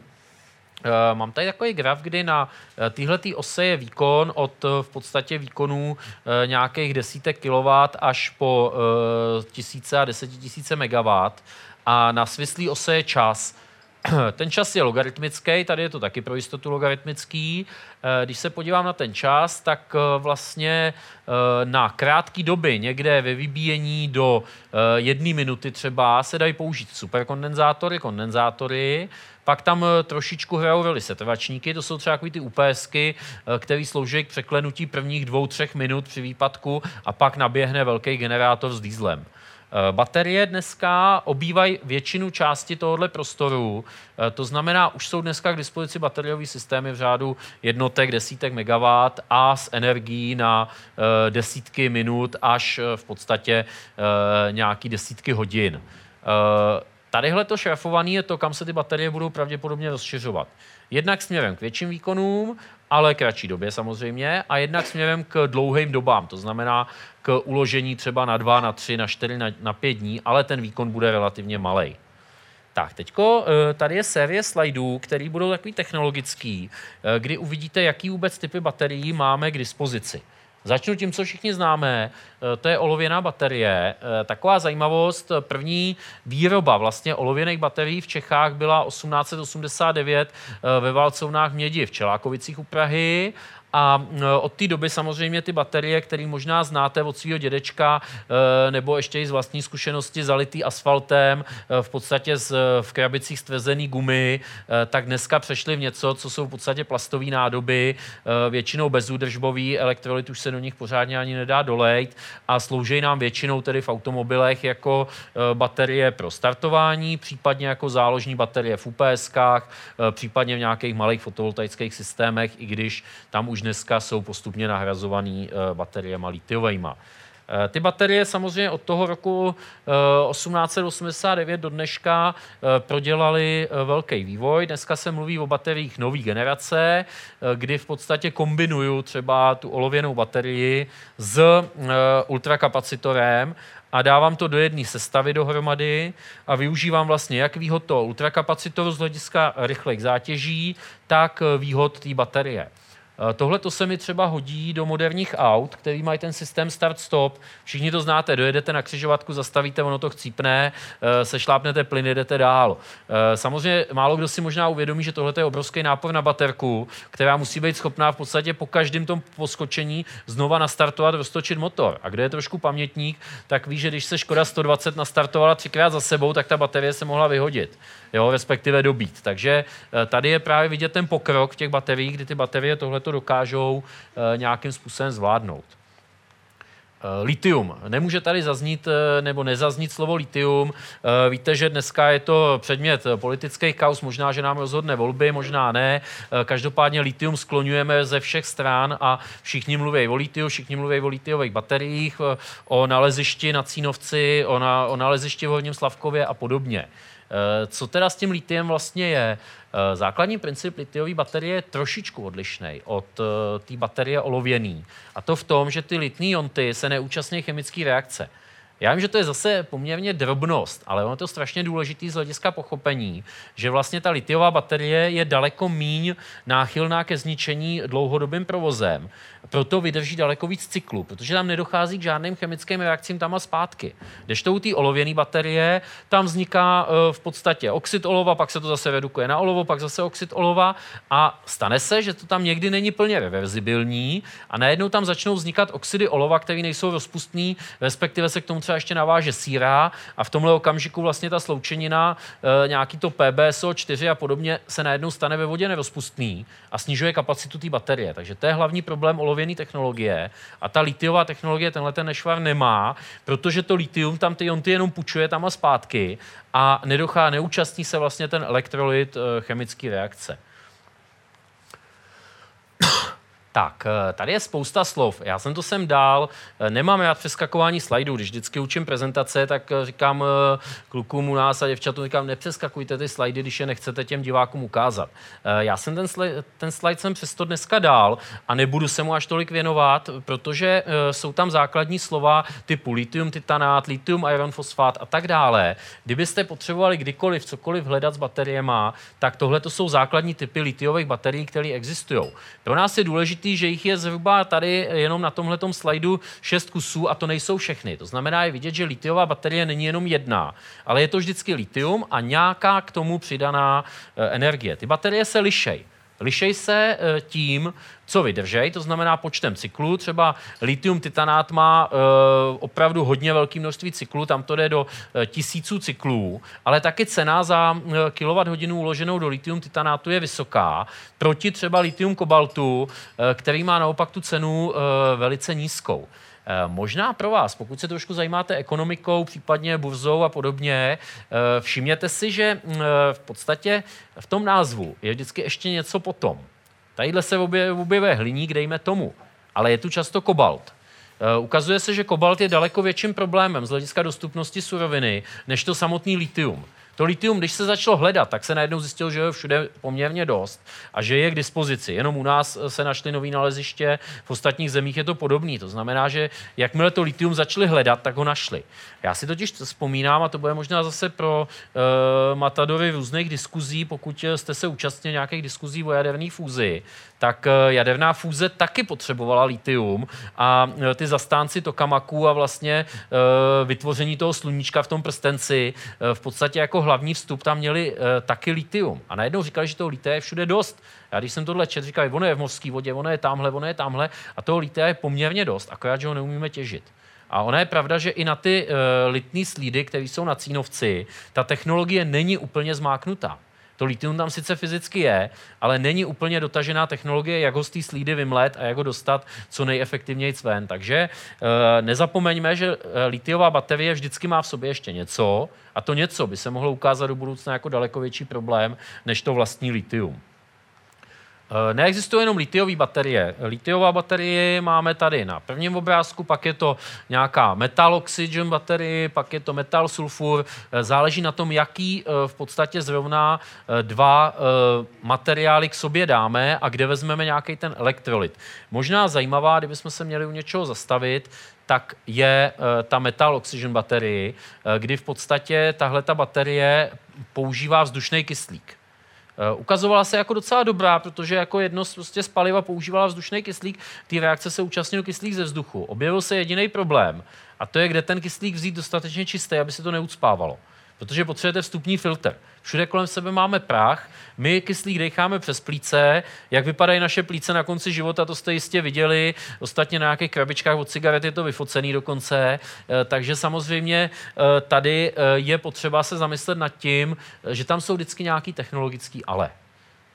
Mám tady takový graf, kdy na téhletý ose je výkon od v podstatě výkonů nějakých desítek kilowatt až po tisíce a desetitisíce megawatt. A na svislý ose je čas. Ten čas je logaritmický, tady je to taky pro jistotu logaritmický. Když se podívám na ten čas, tak vlastně na krátké doby, někde ve vybíjení do 1 minuty třeba, se dají použít superkondenzátory, kondenzátory, pak tam trošičku hrajou roli setrvačníky, to jsou třeba takový ty UPSky, které slouží k překlenutí prvních 2-3 minut při výpadku a pak naběhne velký generátor s dieselem. Baterie dneska obývají většinu části tohohle prostoru, to znamená, už jsou dneska k dispozici bateriové systémy v řádu jednotek, desítek megawatt a s energií na desítky minut až v podstatě nějaký desítky hodin. Tadyhle to šrafované je to, kam se ty baterie budou pravděpodobně rozšiřovat. Jednak směrem k větším výkonům, ale kratší době samozřejmě, a jednak směrem k dlouhým dobám, to znamená k uložení třeba na 2, na 3, na 4, na 5 dní, ale ten výkon bude relativně malej. Tak, teďko tady je série slajdů, které budou takový technologický, kdy uvidíte, jaký vůbec typy baterií máme k dispozici. Začnu tím, co všichni známe, to je olověná baterie. Taková zajímavost, první výroba vlastně olověných baterií v Čechách byla 1889 ve válcovnách mědi v Čelákovicích u Prahy. A od té doby samozřejmě ty baterie, které možná znáte od svého dědečka nebo ještě i z vlastní zkušenosti zalitý asfaltem, v podstatě v krabicích stvezený gumy, tak dneska přešly v něco, co jsou v podstatě plastové nádoby, většinou bezúdržbový, elektrolyt už se do nich pořádně ani nedá dolejt a slouží nám většinou tedy v automobilech jako baterie pro startování, případně jako záložní baterie v UPSkách, případně v nějakých malých fotovoltaických systémech, i když tam už dneska jsou postupně nahrazované bateriemi litiovejma. Ty baterie samozřejmě od toho roku 1889 do dneška prodělaly velký vývoj. Dneska se mluví o bateriích nové generace, kdy v podstatě kombinuju třeba tu olověnou baterii s ultrakapacitorem a dávám to do jedné sestavy dohromady a využívám vlastně jak výhod toho ultrakapacitoru z hlediska rychlých zátěží, tak výhod té baterie. Tohle to se mi třeba hodí do moderních aut, který mají ten systém start-stop. Všichni to znáte, dojedete na křižovatku, zastavíte, ono to chcípne, sešlápnete plyn, jedete dál. Samozřejmě málo kdo si možná uvědomí, že tohle je obrovský nápor na baterku, která musí být schopná v podstatě po každém tom poskočení znova nastartovat, roztočit motor. A kdo je trošku pamětník, tak ví, že když se Škoda 120 nastartovala 3krát za sebou, tak ta baterie se mohla vyhodit, jo, respektive dobít. Takže tady je právě vidět ten pokrok v těch bateriích, kdy ty baterie tohle to dokážou nějakým způsobem zvládnout. Litium. Nemůže tady zaznít nebo nezaznít slovo litium. Víte, že dneska je to předmět politických kauz, možná, že nám rozhodne volby, možná ne. Každopádně litium skloňujeme ze všech stran a všichni mluví o litiu, všichni mluví o litiových bateriích, o nalezišti na Cínovci, o nalezišti v Horním Slavkově a podobně. Co teda s tím litiem vlastně je? Základní princip litiové baterie je trošičku odlišný od té baterie olověný. A to v tom, že ty litní ionty se neúčastní chemické reakce. Já vím, že to je zase poměrně drobnost, ale ono je to strašně důležitý z hlediska pochopení, že vlastně ta litiová baterie je daleko míň náchylná ke zničení dlouhodobým provozem. Proto vydrží daleko víc cyklů, protože tam nedochází k žádným chemickým reakcím tam a zpátky. Kdežto u té olověné baterie, tam vzniká v podstatě oxid olova, pak se to zase redukuje na olovo, pak zase oxid olova a stane se, že to tam někdy není plně reverzibilní a najednou tam začnou vznikat oxidy olova, které nejsou rozpustný, respektive se k tomu třeba ještě naváže síra a v tomhle okamžiku vlastně ta sloučenina, nějaký to PbSO4 a podobně se najednou stane ve vodě nerozpustný a snižuje kapacitu té baterie. Takže to je hlavní problém olověné technologie a ta litiová technologie tenhle ten nešvar nemá, protože to litium tam ty ionty jenom půjčuje tam a zpátky a neúčastní se vlastně ten elektrolyt chemické reakce. Tak, tady je spousta slov. Já jsem to sem dal, nemám rád přeskakování slajdů. Když vždycky učím prezentace, tak říkám klukům u nás a děvčatům, říkám, nepřeskakujte ty slajdy, když je nechcete těm divákům ukázat. Já jsem ten slajd jsem přesto dneska dal a nebudu se mu až tolik věnovat, protože jsou tam základní slova typu litium titanát, litium iron fosfát a tak dále. Kdybyste potřebovali kdykoliv cokoliv hledat s bateriema, tak tohle to jsou základní typy litiových baterií, které existují. Pro nás je důležité, že jich je zhruba tady jenom na tomhletom slajdu 6 kusů a to nejsou všechny. To znamená je vidět, že litiová baterie není jenom jedna, ale je to vždycky litium a nějaká k tomu přidaná energie. Ty baterie se lišej. Lišej se tím, co vydržej, to znamená počtem cyklů. Třeba litium titanát má opravdu hodně velké množství cyklů, tam to jde do 1000 cyklů, ale taky cena za kilowatthodinu uloženou do litium titanátu je vysoká, proti třeba litium kobaltu, který má naopak tu cenu velice nízkou. Možná pro vás, pokud se trošku zajímáte ekonomikou, případně burzou a podobně, všimněte si, že v podstatě v tom názvu je vždycky ještě něco potom. Tadyhle se objevuje hliník, dejme tomu, ale je tu často kobalt. Ukazuje se, že kobalt je daleko větším problémem z hlediska dostupnosti suroviny, než to samotný litium. To litium, když se začalo hledat, tak se najednou zjistilo, že je všude poměrně dost a že je k dispozici. Jenom u nás se našly nový naleziště, v ostatních zemích je to podobný. To znamená, že jakmile to litium začali hledat, tak ho našli. Já si totiž vzpomínám, a to bude možná zase pro matadory různých diskuzí, pokud jste se účastnili nějakých diskuzí o jaderné fúzi, tak jaderná fúze taky potřebovala litium a ty zastánci tokamaků a vlastně vytvoření toho sluníčka v tom prstenci v podstatě jako hlavní vstup tam měli taky litium. A najednou říkali, že toho litia je všude dost. Já když jsem tohle četl, říkali, ono je v mořské vodě, ono je tamhle a toho litia je poměrně dost, akorát, že ho neumíme těžit. A ona je pravda, že i na ty litní slídy, které jsou na Cínovci, ta technologie není úplně zmáknutá. To litium tam sice fyzicky je, ale není úplně dotažená technologie, jak ho z té slídy vymlet a jak ho dostat co nejefektivněji ven. Takže nezapomeňme, že litiová baterie vždycky má v sobě ještě něco a to něco by se mohlo ukázat do budoucna jako daleko větší problém, než to vlastní litium. Neexistuje jenom litiové baterie. Litiová baterie máme tady na prvním obrázku, pak je to nějaká metal oxygen baterie, pak je to metal sulfur. Záleží na tom, jaký v podstatě zrovna dva materiály k sobě dáme a kde vezmeme nějaký ten elektrolyt. Možná zajímavá, kdybychom se měli u něčeho zastavit, tak je ta metal oxygen baterie, kdy v podstatě tahleta baterie používá vzdušný kyslík. Ukazovala se jako docela dobrá, protože jako jedno z paliva používala vzdušný kyslík, té reakce se účastnil kyslík ze vzduchu. Objevil se jediný problém a to je, kde ten kyslík vzít dostatečně čistý, aby se to neucpávalo. Protože potřebujete vstupní filtr. Všude kolem sebe máme prach, my kyslík decháme přes plíce, jak vypadají naše plíce na konci života, to jste jistě viděli, ostatně na nějakých krabičkách od cigaret je to vyfocený dokonce, takže samozřejmě tady je potřeba se zamyslet nad tím, že tam jsou vždycky nějaký technologický ale.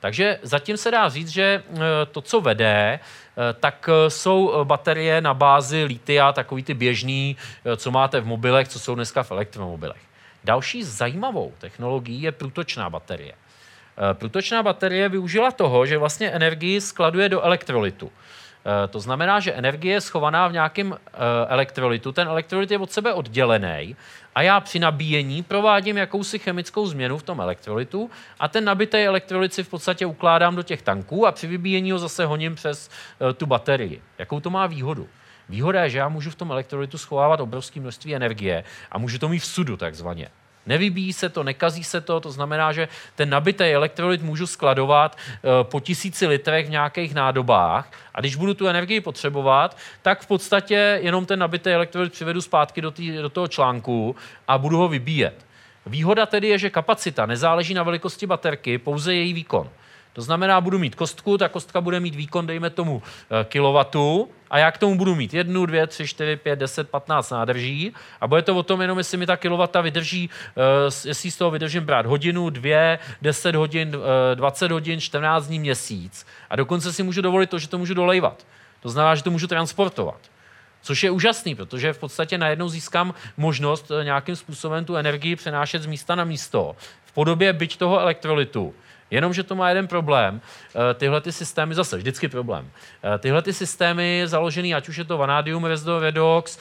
Takže zatím se dá říct, že to, co vede, tak jsou baterie na bázi litia, takový ty běžný, co máte v mobilech, co jsou dneska v elektromobilech. Další zajímavou technologií je průtočná baterie. Průtočná baterie využila toho, že vlastně energii skladuje do elektrolytu. To znamená, že energie je schovaná v nějakém elektrolytu. Ten elektrolyt je od sebe oddělený a já při nabíjení provádím jakousi chemickou změnu v tom elektrolytu a ten nabitý elektrolyt si v podstatě ukládám do těch tanků a při vybíjení ho zase honím přes tu baterii. Jakou to má výhodu? Výhoda je, že já můžu v tom elektrolytu schovávat obrovské množství energie a můžu to mít vsudu takzvaně. Nevybíjí se to, nekazí se to, to znamená, že ten nabitý elektrolyt můžu skladovat po 1000 litrech v nějakých nádobách a když budu tu energii potřebovat, tak v podstatě jenom ten nabitý elektrolyt přivedu zpátky do toho článku a budu ho vybíjet. Výhoda tedy je, že kapacita nezáleží na velikosti baterky, pouze její výkon. To znamená, budu mít kostku, ta kostka bude mít výkon, dejme tomu, kilowattu a já k tomu budu mít 1, 2, 3, 4, 5, 10, 15 nádrží a bude to o tom jenom, jestli mi ta kilowata vydrží, jestli z toho vydržím brát hodinu, 2, 10 hodin, 20 hodin, 14 dní, měsíc a dokonce si můžu dovolit to, že to můžu dolejvat. To znamená, že to můžu transportovat. Což je úžasný, protože v podstatě najednou získám možnost nějakým způsobem tu energii přenášet z místa na místo v podobě byť toho elektrolytu. Jenomže to má jeden problém. Tyhle ty systémy, zase vždycky problém. Tyhle ty systémy založený, ať už je to vanadium redox,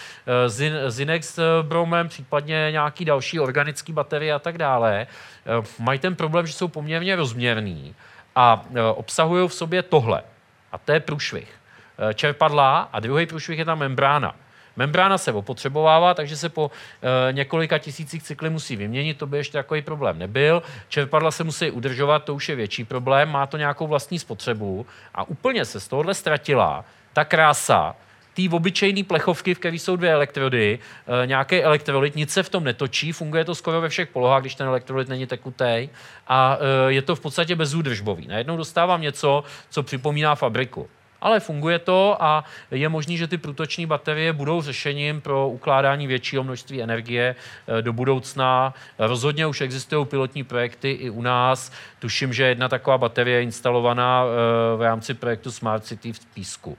Zinex bromem, případně nějaký další organický baterie a tak dále, mají ten problém, že jsou poměrně rozměrný a obsahují v sobě tohle. A to je průšvih. Čerpadla a druhý průšvih je ta membrána. Membrána se opotřebovává, takže se po několika tisících cykly musí vyměnit, to by ještě takový problém nebyl. Čerpadla se musí udržovat, to už je větší problém, má to nějakou vlastní spotřebu a úplně se z tohohle ztratila ta krása té obyčejné plechovky, v které jsou 2 elektrody, nějaký elektrolyt, nic se v tom netočí, funguje to skoro ve všech polohách, když ten elektrolyt není tekutý a je to v podstatě bezúdržbový. Najednou dostávám něco, co připomíná fabriku. Ale funguje to a je možné, že ty průtoční baterie budou řešením pro ukládání většího množství energie do budoucna. Rozhodně už existují pilotní projekty i u nás. Tuším, že jedna taková baterie je instalovaná v rámci projektu Smart City v Písku.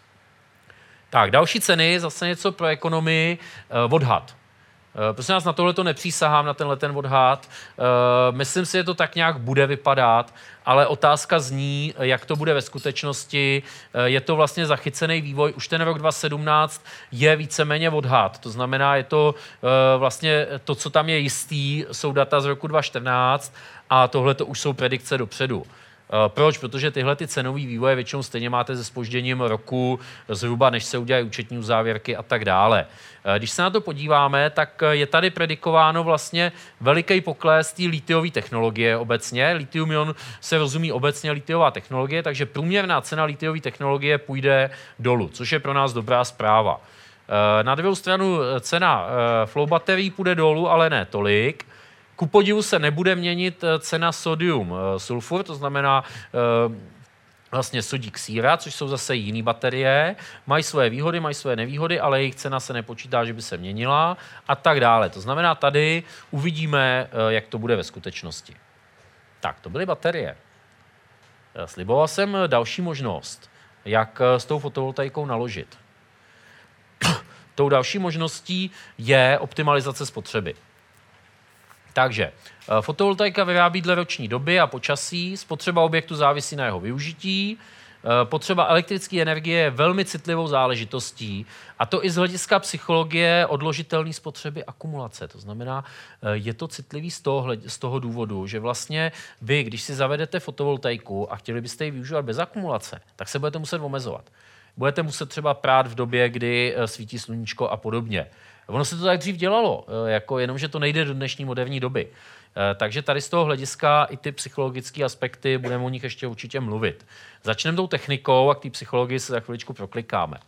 Tak, další ceny, zase něco pro ekonomii, odhad. Prosím nás, na tohle to nepřísahám, na tenhle ten odhad. Myslím si, že to tak nějak bude vypadat, ale otázka zní, jak to bude ve skutečnosti. Je to vlastně zachycený vývoj. Už ten rok 2017 je víceméně odhad. To znamená, je to vlastně to, co tam je jistý, jsou data z roku 2014 a tohle to už jsou predikce dopředu. Proč? Protože tyhle ty cenový vývoje většinou stejně máte se zpožděním roku zhruba, než se udělají účetní uzávěrky a tak dále. Když se na to podíváme, tak je tady predikováno vlastně veliký pokles té litiové technologie obecně. Litium-ion se rozumí obecně litiová technologie, takže průměrná cena litiové technologie půjde dolů, což je pro nás dobrá zpráva. Na druhou stranu cena flow baterií půjde dolů, ale ne tolik. Ku podivu se nebude měnit cena sodium sulfur, to znamená vlastně sodík síra, což jsou zase jiné baterie. Mají své výhody, mají své nevýhody, ale jejich cena se nepočítá, že by se měnila a tak dále. To znamená, tady uvidíme, jak to bude ve skutečnosti. Tak, to byly baterie. Sliboval jsem další možnost, jak s tou fotovoltaikou naložit. Tou další možností je optimalizace spotřeby. Takže fotovoltaika vyrábí dle roční doby a počasí, spotřeba objektu závisí na jeho využití, potřeba elektrické energie je velmi citlivou záležitostí a to i z hlediska psychologie odložitelné spotřeby akumulace. To znamená, je to citlivý z toho důvodu, že vlastně vy, když si zavedete fotovoltaiku a chtěli byste ji využívat bez akumulace, tak se budete muset omezovat. Budete muset třeba prát v době, kdy svítí sluníčko a podobně. Ono se to tak dřív dělalo, jenomže to nejde do dnešní moderní doby. Takže tady z toho hlediska i ty psychologické aspekty, budeme o nich ještě určitě mluvit. Začneme tou technikou a k té psychologii se za chviličku proklikáme.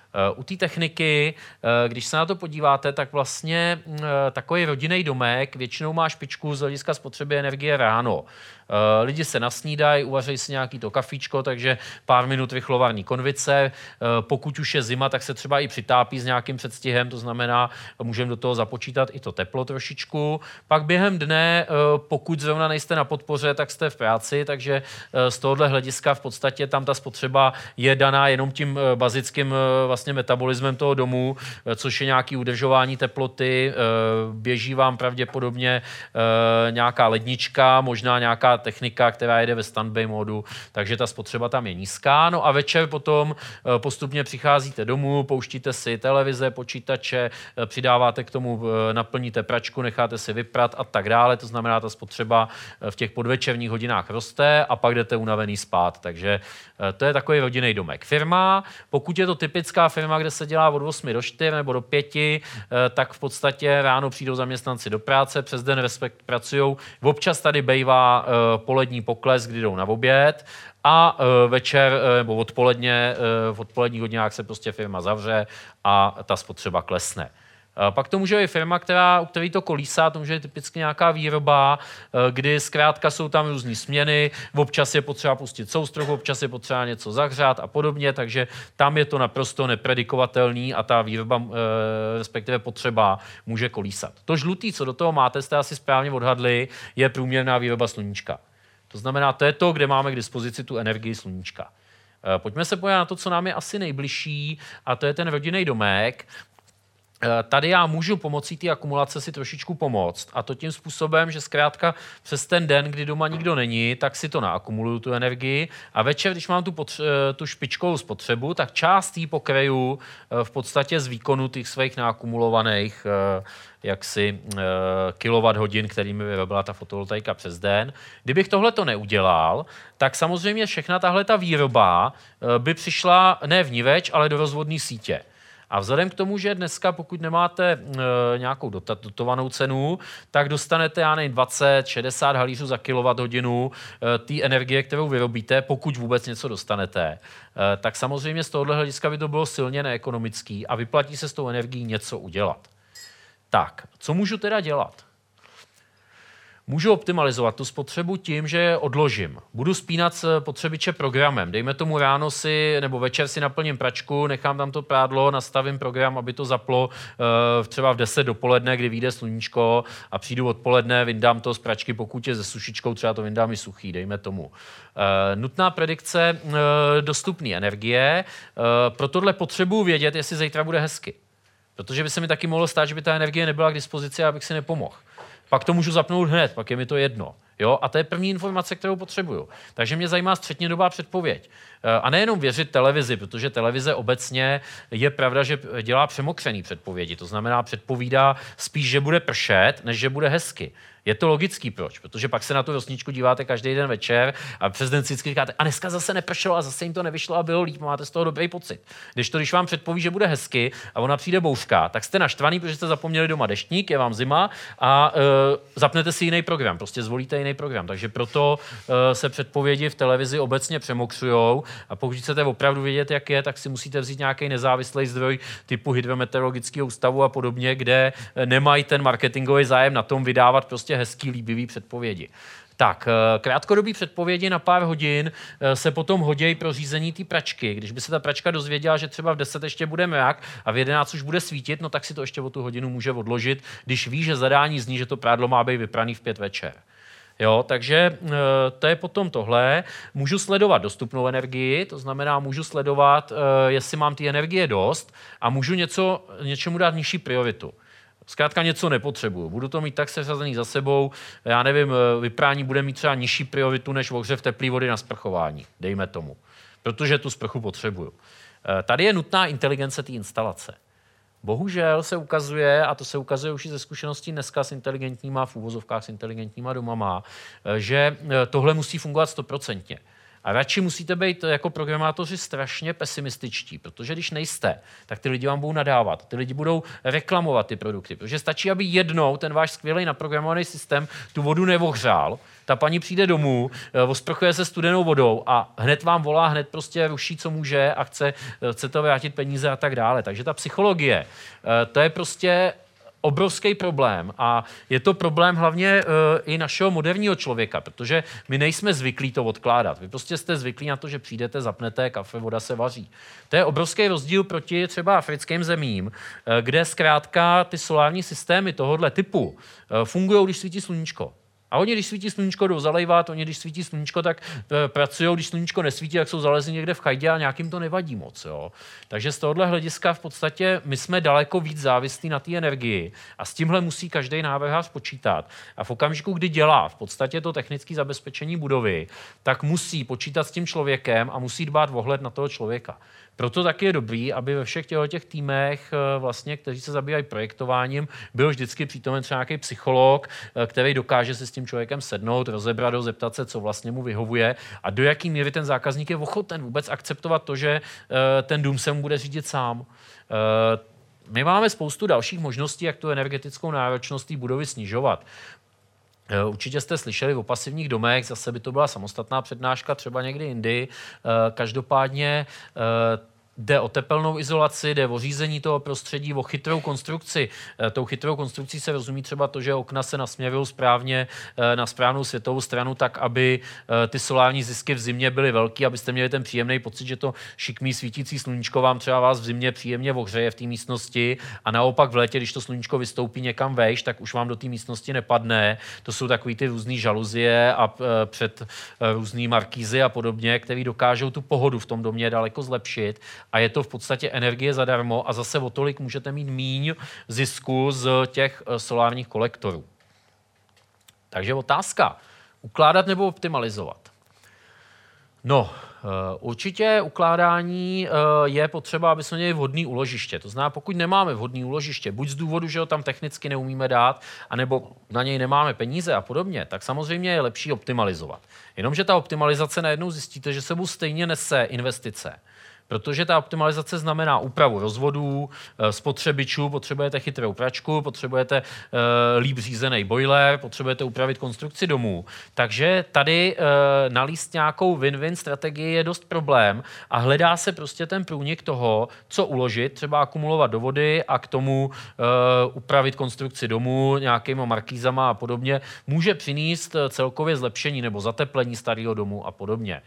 U té techniky, když se na to podíváte, tak vlastně takový rodinný domek většinou má špičku z hlediska spotřeby energie ráno. Lidi se nasnídají, uvařejí si nějaký to kafíčko, takže pár minut vychlovarní konvice. Pokud už je zima, tak se třeba i přitápí s nějakým předstihem, to znamená, můžeme do toho započítat i to teplo trošičku. Pak během dne, pokud zrovna nejste na podpoře, tak jste v práci, takže z tohohle hlediska v podstatě tam ta spotřeba je daná jenom tím bazickým vlastně metabolismem toho domu, což je nějaký udržování teploty, běží vám pravděpodobně nějaká lednička, možná nějaká technika, která jede ve standby modu, takže ta spotřeba tam je nízká. No a večer potom postupně přicházíte domů, pouštíte si televize, počítače, přidáváte k tomu, naplníte pračku, necháte si vyprat a tak dále. To znamená, ta spotřeba v těch podvečerních hodinách roste a pak jdete unavený spát. Takže to je takový rodinný domek. Firma, pokud je to typická firma, kde se dělá od 8 do 4 nebo do 5, tak v podstatě ráno přijdou zaměstnanci do práce, přes den pracujou. Občas tady bejvá polední pokles, kdy jdou na oběd a večer nebo odpoledně, v odpoledních hodinách se prostě firma zavře a ta spotřeba klesne. Pak to může být firma, u které to kolísá, to může být typicky nějaká výroba, kdy zkrátka jsou tam různý směny, občas je potřeba pustit soustruh, občas je potřeba něco zahřát a podobně, takže tam je to naprosto nepredikovatelný a ta výroba, respektive potřeba, může kolísat. To žlutý, co do toho máte, jste asi správně odhadli, je průměrná výroba sluníčka. To znamená, to je to, kde máme k dispozici tu energii sluníčka. Pojďme se podívat na to, co nám je asi nejbližší, a to je ten rodinný domek. Tady já můžu pomocí té akumulace si trošičku pomoct, a to tím způsobem, že zkrátka přes ten den, kdy doma nikdo není, tak si to naakumuluju, tu energii, a večer, když mám tu špičkovou spotřebu, tak část jí pokryju v podstatě z výkonu těch svých naakumulovaných kilowatt-hodin, kterými vyrobila ta fotovoltaika přes den. Kdybych tohle to neudělal, tak samozřejmě všechna tahle ta výroba by přišla ne vniveč, ale do rozvodné sítě. A vzhledem k tomu, že dneska, pokud nemáte nějakou dotovanou cenu, tak dostanete, 20-60 halířů za kilowatthodinu té energie, kterou vyrobíte, pokud vůbec něco dostanete. Tak samozřejmě z tohohle hlediska by to bylo silně neekonomický a vyplatí se s tou energií něco udělat. Tak, co můžu teda dělat? Můžu optimalizovat tu spotřebu tím, že odložím. Budu spínat spotřebiče programem. Dejme tomu ráno si nebo večer si naplním pračku, nechám tam to prádlo, nastavím program, aby to zaplo třeba v 10 dopoledne, kdy vyjde sluníčko, a přijdu odpoledne, vyndám to z pračky, pokud je se sušičkou, třeba to vyndám i suchý, dejme tomu. Nutná predikce dostupné energie. Pro tohle potřebuji vědět, jestli zítra bude hezky. Protože by se mi taky mohlo stát, že by ta energie nebyla k dispozici a abych si nepomohl. Pak to můžu zapnout hned, pak je mi to jedno. Jo? A to je první informace, kterou potřebuju. Takže mě zajímá střednědobá předpověď. A nejenom věřit televizi, protože televize obecně je pravda, že dělá přemokřený předpovědi. To znamená, předpovídá spíš, že bude pršet, než že bude hezky. Je to logický proč, protože pak se na tu rosničku díváte každý den večer a přes den vždycky říkáte, a dneska zase nepršelo a zase jim to nevyšlo a bylo líp, máte z toho dobrý pocit. Když vám předpoví, že bude hezky a ona přijde bouřka, tak jste naštvaný, protože jste zapomněli doma deštník, je vám zima a zapnete si jiný program, prostě zvolíte jiný program. Takže proto se předpovědi v televizi obecně přemokřujou, a pokud chcete opravdu vědět, jak je, tak si musíte vzít nějaký nezávislý zdroj typu hydrometeorologického ústavu a podobně, kde nemají ten marketingový zájem na tom vydávat prostě hezký, líbivý předpovědi. Tak, krátkodobý předpovědi na pár hodin se potom hodí pro řízení té pračky. Když by se ta pračka dozvěděla, že třeba v 10 ještě bude mrak a v 11 už bude svítit, no tak si to ještě o tu hodinu může odložit, když ví, že zadání zní, že to prádlo má být vypraný v 5 večer. Jo, takže to je potom tohle. Můžu sledovat dostupnou energii, to znamená, můžu sledovat, jestli mám ty energie dost, a můžu něčemu dát nižší prioritu. Zkrátka něco nepotřebuju. Budu to mít tak seřazený za sebou, já nevím, vyprání bude mít třeba nižší prioritu než ohřev teplé vody na sprchování, dejme tomu, protože tu sprchu potřebuju. Tady je nutná inteligence té instalace. Bohužel se ukazuje, a to se ukazuje už i ze zkušeností dneska s inteligentníma, v úvozovkách s inteligentníma domama, že tohle musí fungovat 100%. A radši musíte být jako programátoři strašně pesimističtí, protože když nejste, tak ty lidi vám budou nadávat, ty lidi budou reklamovat ty produkty, protože stačí, aby jednou ten váš skvělý naprogramovaný systém tu vodu neohřál, ta paní přijde domů, osprchuje se studenou vodou a hned vám volá, hned prostě ruší, co může a chce to vrátit peníze a tak dále. Takže ta psychologie, to je prostě obrovský problém a je to problém hlavně i našeho moderního člověka, protože my nejsme zvyklí to odkládat. Vy prostě jste zvyklí na to, že přijdete, zapnete kafe, voda se vaří. To je obrovský rozdíl proti třeba africkým zemím, kde zkrátka ty solární systémy tohohle typu fungují, když svítí sluníčko. A oni, když svítí sluníčko, jdou zalejvat, oni, když svítí sluníčko, tak pracují, když sluníčko nesvítí, tak jsou zalezli někde v chajdě a nějakým to nevadí moc. Jo. Takže z tohohle hlediska v podstatě my jsme daleko víc závislí na té energii a s tímhle musí každý návrhář počítat. A v okamžiku, kdy dělá v podstatě to technické zabezpečení budovy, tak musí počítat s tím člověkem a musí dbát ohled na toho člověka. Proto taky je dobrý, aby ve všech těch týmech, vlastně, kteří se zabývají projektováním, byl vždycky přítomen třeba nějaký psycholog, který dokáže se s tím člověkem sednout, rozebrat ho, zeptat se, co vlastně mu vyhovuje a do jaký míry ten zákazník je ochoten vůbec akceptovat to, že ten dům se mu bude řídit sám. My máme spoustu dalších možností, jak tu energetickou náročnost té budovy snižovat. Určitě jste slyšeli o pasivních domech, zase by to byla samostatná přednáška, třeba někdy jindy. Každopádně jde o tepelnou izolaci, jde o řízení toho prostředí, o chytrou konstrukci. Tou chytrou konstrukcí se rozumí třeba to, že okna se nasměrují správně na správnou světovou stranu, tak aby ty solární zisky v zimě byly velký, abyste měli ten příjemný pocit, že to šikmý svítící sluníčko vám třeba vás v zimě příjemně ohřeje v té místnosti a naopak v létě, když to sluníčko vystoupí někam vejš, tak už vám do té místnosti nepadne. To jsou takový ty různý žaluzie a před různý markízy a podobně, které dokážou tu pohodu v tom domě daleko zlepšit. A je to v podstatě energie zadarmo a zase o tolik můžete mít míň zisku z těch solárních kolektorů. Takže otázka. Ukládat nebo optimalizovat? No, určitě ukládání je potřeba, aby jsme měli vhodný úložiště. To znamená, pokud nemáme vhodný úložiště, buď z důvodu, že ho tam technicky neumíme dát, anebo na něj nemáme peníze a podobně, tak samozřejmě je lepší optimalizovat. Jenomže ta optimalizace najednou zjistíte, že sebou stejně nese investice. Protože ta optimalizace znamená úpravu rozvodů, spotřebičů, potřebujete chytrou pračku, potřebujete líp řízený boiler, potřebujete upravit konstrukci domů. Takže tady nalíst nějakou win-win strategii je dost problém a hledá se prostě ten průnik toho, co uložit, třeba akumulovat do vody a k tomu upravit konstrukci domu nějakýma markízama a podobně, může přinést celkově zlepšení nebo zateplení starého domu a podobně.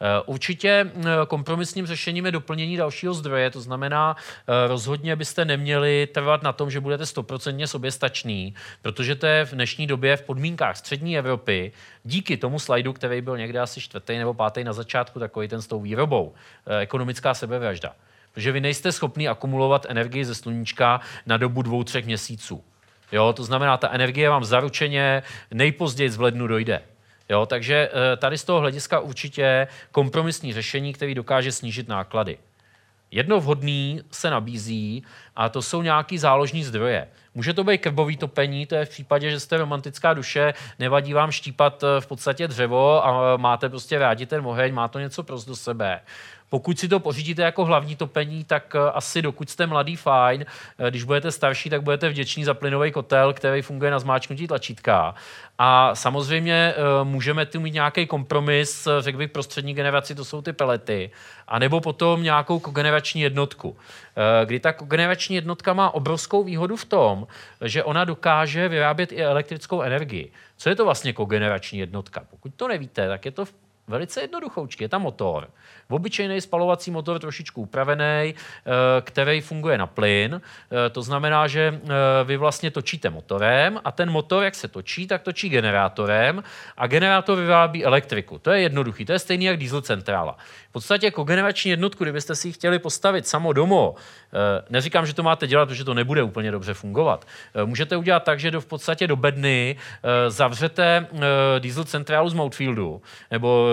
Určitě kompromisním řešením je doplnění dalšího zdroje, to znamená, rozhodně byste neměli trvat na tom, že budete 100% soběstační, protože to je v dnešní době v podmínkách střední Evropy, díky tomu slajdu, který byl někde asi 4. nebo 5. na začátku, takový ten s tou výrobou, ekonomická sebevražda. Protože vy nejste schopni akumulovat energii ze sluníčka na dobu 2-3 měsíců. Jo, to znamená, ta energie vám zaručeně nejpozději v lednu dojde. Jo, takže tady z toho hlediska určitě kompromisní řešení, který dokáže snížit náklady. Jedno vhodný se nabízí a to jsou nějaký záložní zdroje. Může to být krbový topení, to je v případě, že jste romantická duše, nevadí vám štípat v podstatě dřevo a máte prostě rádi ten oheň, má to něco prost do sebe. Pokud si to pořídíte jako hlavní topení, tak asi dokud jste mladý, fajn. Když budete starší, tak budete vděční za plynový kotel, který funguje na zmáčknutí tlačítka. A samozřejmě můžeme tu mít nějaký kompromis, řekl bych prostřední generaci, to jsou ty pelety, anebo potom nějakou kogenerační jednotku. Kdy ta kogenerační jednotka má obrovskou výhodu v tom, že ona dokáže vyrábět i elektrickou energii. Co je to vlastně kogenerační jednotka? Pokud to nevíte, tak je to velice jednoduchoučky. Je tam motor. Obyčejný spalovací motor, trošičku upravený, který funguje na plyn. To znamená, že vy vlastně točíte motorem a ten motor, jak se točí, tak točí generátorem a generátor vyrábí elektriku. To je jednoduchý. To je stejný jak diesel centrála. V podstatě kogenerační jednotku, kdybyste si ji chtěli postavit samo domo, neříkám, že to máte dělat, protože to nebude úplně dobře fungovat. Můžete udělat tak, že v podstatě do bedny zavřete diesel centrálu z Mountfieldu nebo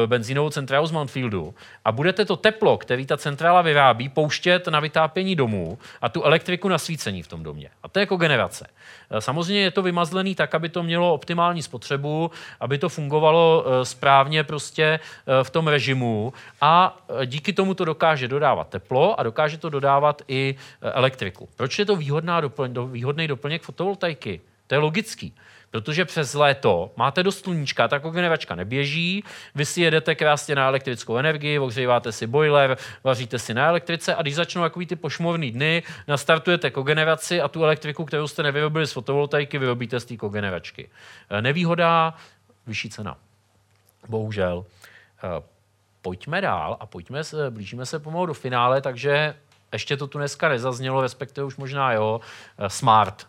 benzínovou centrálu z Mountfieldu a budete to teplo, který ta centrála vyrábí, pouštět na vytápění domů a tu elektriku na svícení v tom domě. A to je kogenerace. Samozřejmě je to vymazlený tak, aby to mělo optimální spotřebu, aby to fungovalo správně prostě v tom režimu a díky tomu to dokáže dodávat teplo a dokáže to dodávat i elektriku. Proč je to výhodný doplněk fotovoltaiky? To je logický. Protože přes léto máte dost sluníčka, ta kogeneračka neběží, vy si jedete krásně na elektrickou energii, ohříváte si boiler, vaříte si na elektrice a když začnou takový ty pošmorný dny, nastartujete kogeneraci a tu elektriku, kterou jste nevyrobili z fotovoltaiky, vyrobíte z té kogeneračky. Nevýhoda, vyšší cena. Bohužel. Pojďme dál a blížíme se pomalu do finále, takže ještě to tu dneska nezaznělo, respektive už možná jo, smart.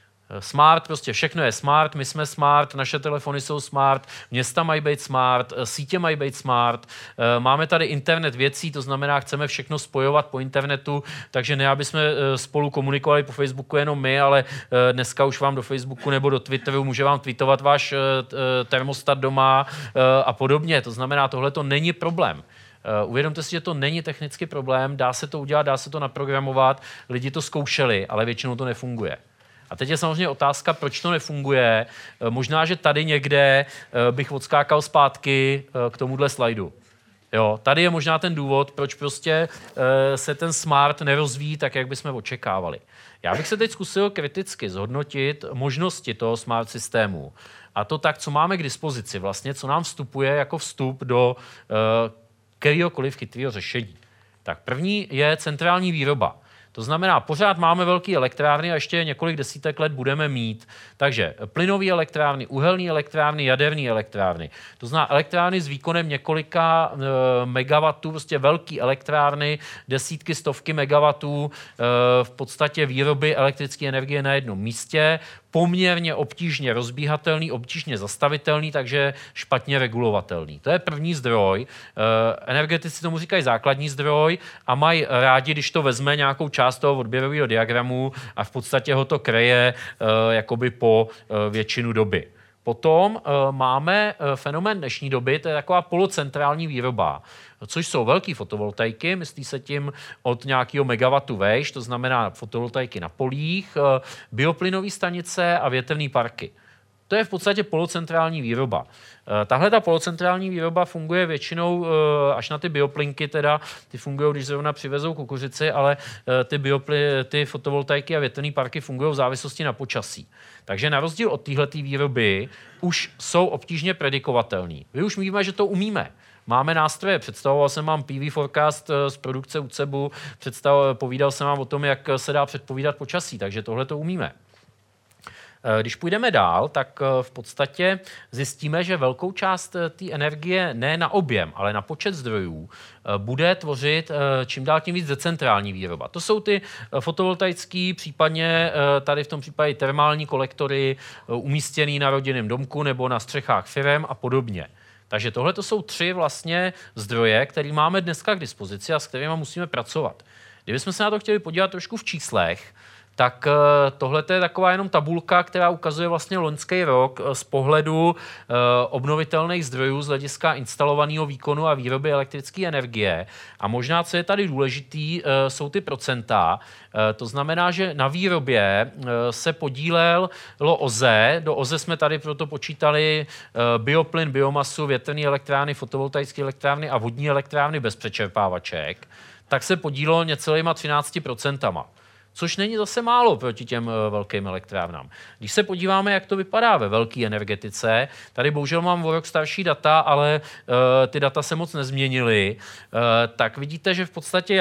Smart, prostě všechno je smart, my jsme smart, naše telefony jsou smart, města mají být smart, sítě mají být smart, máme tady internet věcí, to znamená, chceme všechno spojovat po internetu, takže ne, aby jsme spolu komunikovali po Facebooku jenom my, ale dneska už vám do Facebooku nebo do Twitteru může vám tweetovat váš termostat doma a podobně, to znamená, tohle to není problém. Uvědomte si, že to není technický problém, dá se to udělat, dá se to naprogramovat, lidi to zkoušeli, ale většinou to nefunguje. A teď je samozřejmě otázka, proč to nefunguje. Možná, že tady někde bych odskákal zpátky k tomuhle slajdu. Jo, tady je možná ten důvod, proč prostě se ten smart nerozvíjí tak, jak bychom očekávali. Já bych se teď zkusil kriticky zhodnotit možnosti toho smart systému. A to tak, co máme k dispozici, vlastně, co nám vstupuje jako vstup do kterýhokoliv chytrého řešení. Tak první je centrální výroba. To znamená, pořád máme velké elektrárny a ještě několik desítek let budeme mít. Takže plynové elektrárny, uhelné elektrárny, jaderné elektrárny. To znamená elektrárny s výkonem několika megawatů, prostě velké elektrárny, desítky, stovky megawatů v podstatě výroby elektrické energie na jednom místě, poměrně obtížně rozbíhatelný, obtížně zastavitelný, takže špatně regulovatelný. To je první zdroj. Energetici tomu říkají základní zdroj a mají rádi, když to vezme nějakou část toho odběrového diagramu a v podstatě ho to kreje jakoby po většinu doby. Potom máme fenomén dnešní doby, to je taková polocentrální výroba, což jsou velké fotovoltaiky, myslí se tím od nějakého megawattu vejš, to znamená fotovoltaiky na polích, bioplynové stanice a větrné parky. To je v podstatě polocentrální výroba. Tahle ta polocentrální výroba funguje většinou až na ty bioplynky, teda ty fungují, když zrovna přivezou kukuřici, ale ty fotovoltaiky a větrné parky fungují v závislosti na počasí. Takže na rozdíl od téhleté výroby už jsou obtížně predikovatelný. Vy už víme, že to umíme. Máme nástroje, představoval jsem vám PV Forecast z produkce UCEBu, povídal jsem vám o tom, jak se dá předpovídat počasí, takže tohle to umíme. Když půjdeme dál, tak v podstatě zjistíme, že velkou část té energie ne na objem, ale na počet zdrojů bude tvořit čím dál tím víc decentrální výroba. To jsou ty fotovoltaické, případně tady v tom případě termální kolektory umístěné na rodinném domku nebo na střechách firem a podobně. Takže tohle to jsou 3 vlastně zdroje, které máme dneska k dispozici a s kterými musíme pracovat. Kdybychom se na to chtěli podívat trošku v číslech, tak tohle je taková jenom tabulka, která ukazuje vlastně loňský rok z pohledu obnovitelných zdrojů z hlediska instalovaného výkonu a výroby elektrické energie. A možná, co je tady důležitý, jsou ty procenta. To znamená, že na výrobě se podílelo OZE. Do OZE jsme tady proto počítali bioplyn, biomasu, větrné elektrárny, fotovoltaické elektrárny a vodní elektrárny bez přečerpávaček. Tak se podílelo necelýma 13%. Což není zase málo proti těm velkým elektrárnám. Když se podíváme, jak to vypadá ve velké energetice, tady bohužel mám o rok starší data, ale ty data se moc nezměnily, tak vidíte, že v podstatě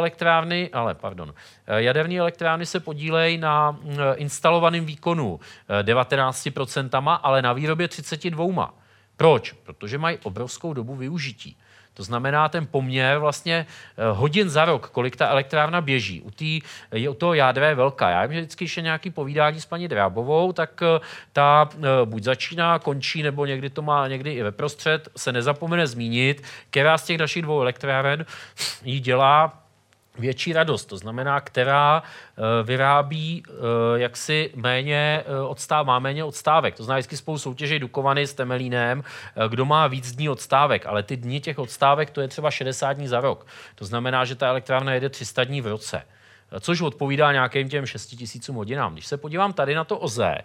jaderné elektrárny se podílejí na instalovaném výkonu 19%, ale na výrobě 32%. Proč? Protože mají obrovskou dobu využití. To znamená ten poměr vlastně hodin za rok, kolik ta elektrárna běží. U toho jádra je velká. Já vím, že vždycky, když je nějaký povídání s paní Drábovou, tak ta buď začíná, končí, nebo někdy to má někdy i veprostřed, se nezapomene zmínit, která z těch dalších 2 elektráren jí dělá větší radost, to znamená, která vyrábí jaksi má méně odstávek. To znamená, vždycky spolu soutěží Dukovany s Temelínem, kdo má víc dní odstávek, ale ty dny těch odstávek, to je třeba 60 dní za rok. To znamená, že ta elektrárna jede 300 dní v roce, což odpovídá nějakým těm 6 000 hodinám. Když se podívám tady na to OZE,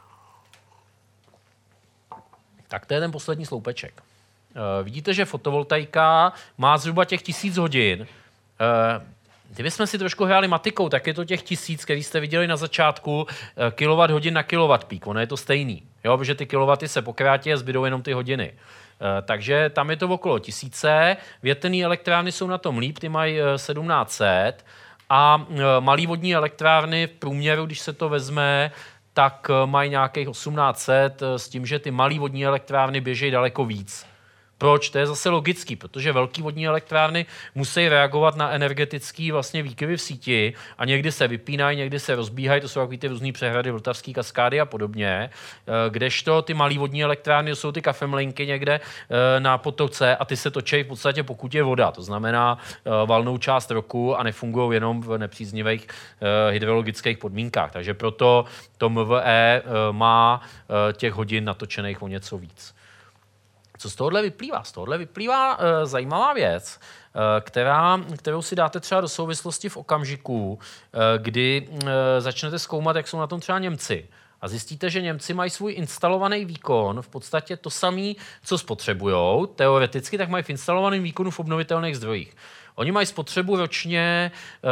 tak to je ten poslední sloupeček. Vidíte, že fotovoltaika má zhruba těch 1000 hodin. Kdybychom si trošku hráli matikou, tak je to těch 1000, který jste viděli na začátku, kWh na kWp. Ono je to stejný, jo? Protože ty kilowaty se pokrátí a zbydou jenom ty hodiny. Takže tam je to okolo 1000. Větrné elektrárny jsou na tom líp, ty mají 1700. A malý vodní elektrárny v průměru, když se to vezme, tak mají nějakých 1800 s tím, že ty malý vodní elektrárny běží daleko víc. Proč? To je zase logický, protože velké vodní elektrárny musí reagovat na energetické vlastně výkyvy v síti a někdy se vypínají, někdy se rozbíhají, to jsou takový ty různý přehrady, vltavský kaskády a podobně, kdežto ty malé vodní elektrárny jsou ty kafemlinky někde na potoce a ty se točí v podstatě, pokud je voda, to znamená valnou část roku a nefungují jenom v nepříznivých hydrologických podmínkách. Takže proto to MVE má těch hodin natočených o něco víc. Co z tohohle vyplývá? Z tohohle vyplývá zajímavá věc, kterou si dáte třeba do souvislosti v okamžiku, kdy začnete zkoumat, jak jsou na tom třeba Němci. A zjistíte, že Němci mají svůj instalovaný výkon, v podstatě to samé, co spotřebujou, teoreticky, tak mají v instalovaném výkonu v obnovitelných zdrojích. Oni mají spotřebu ročně,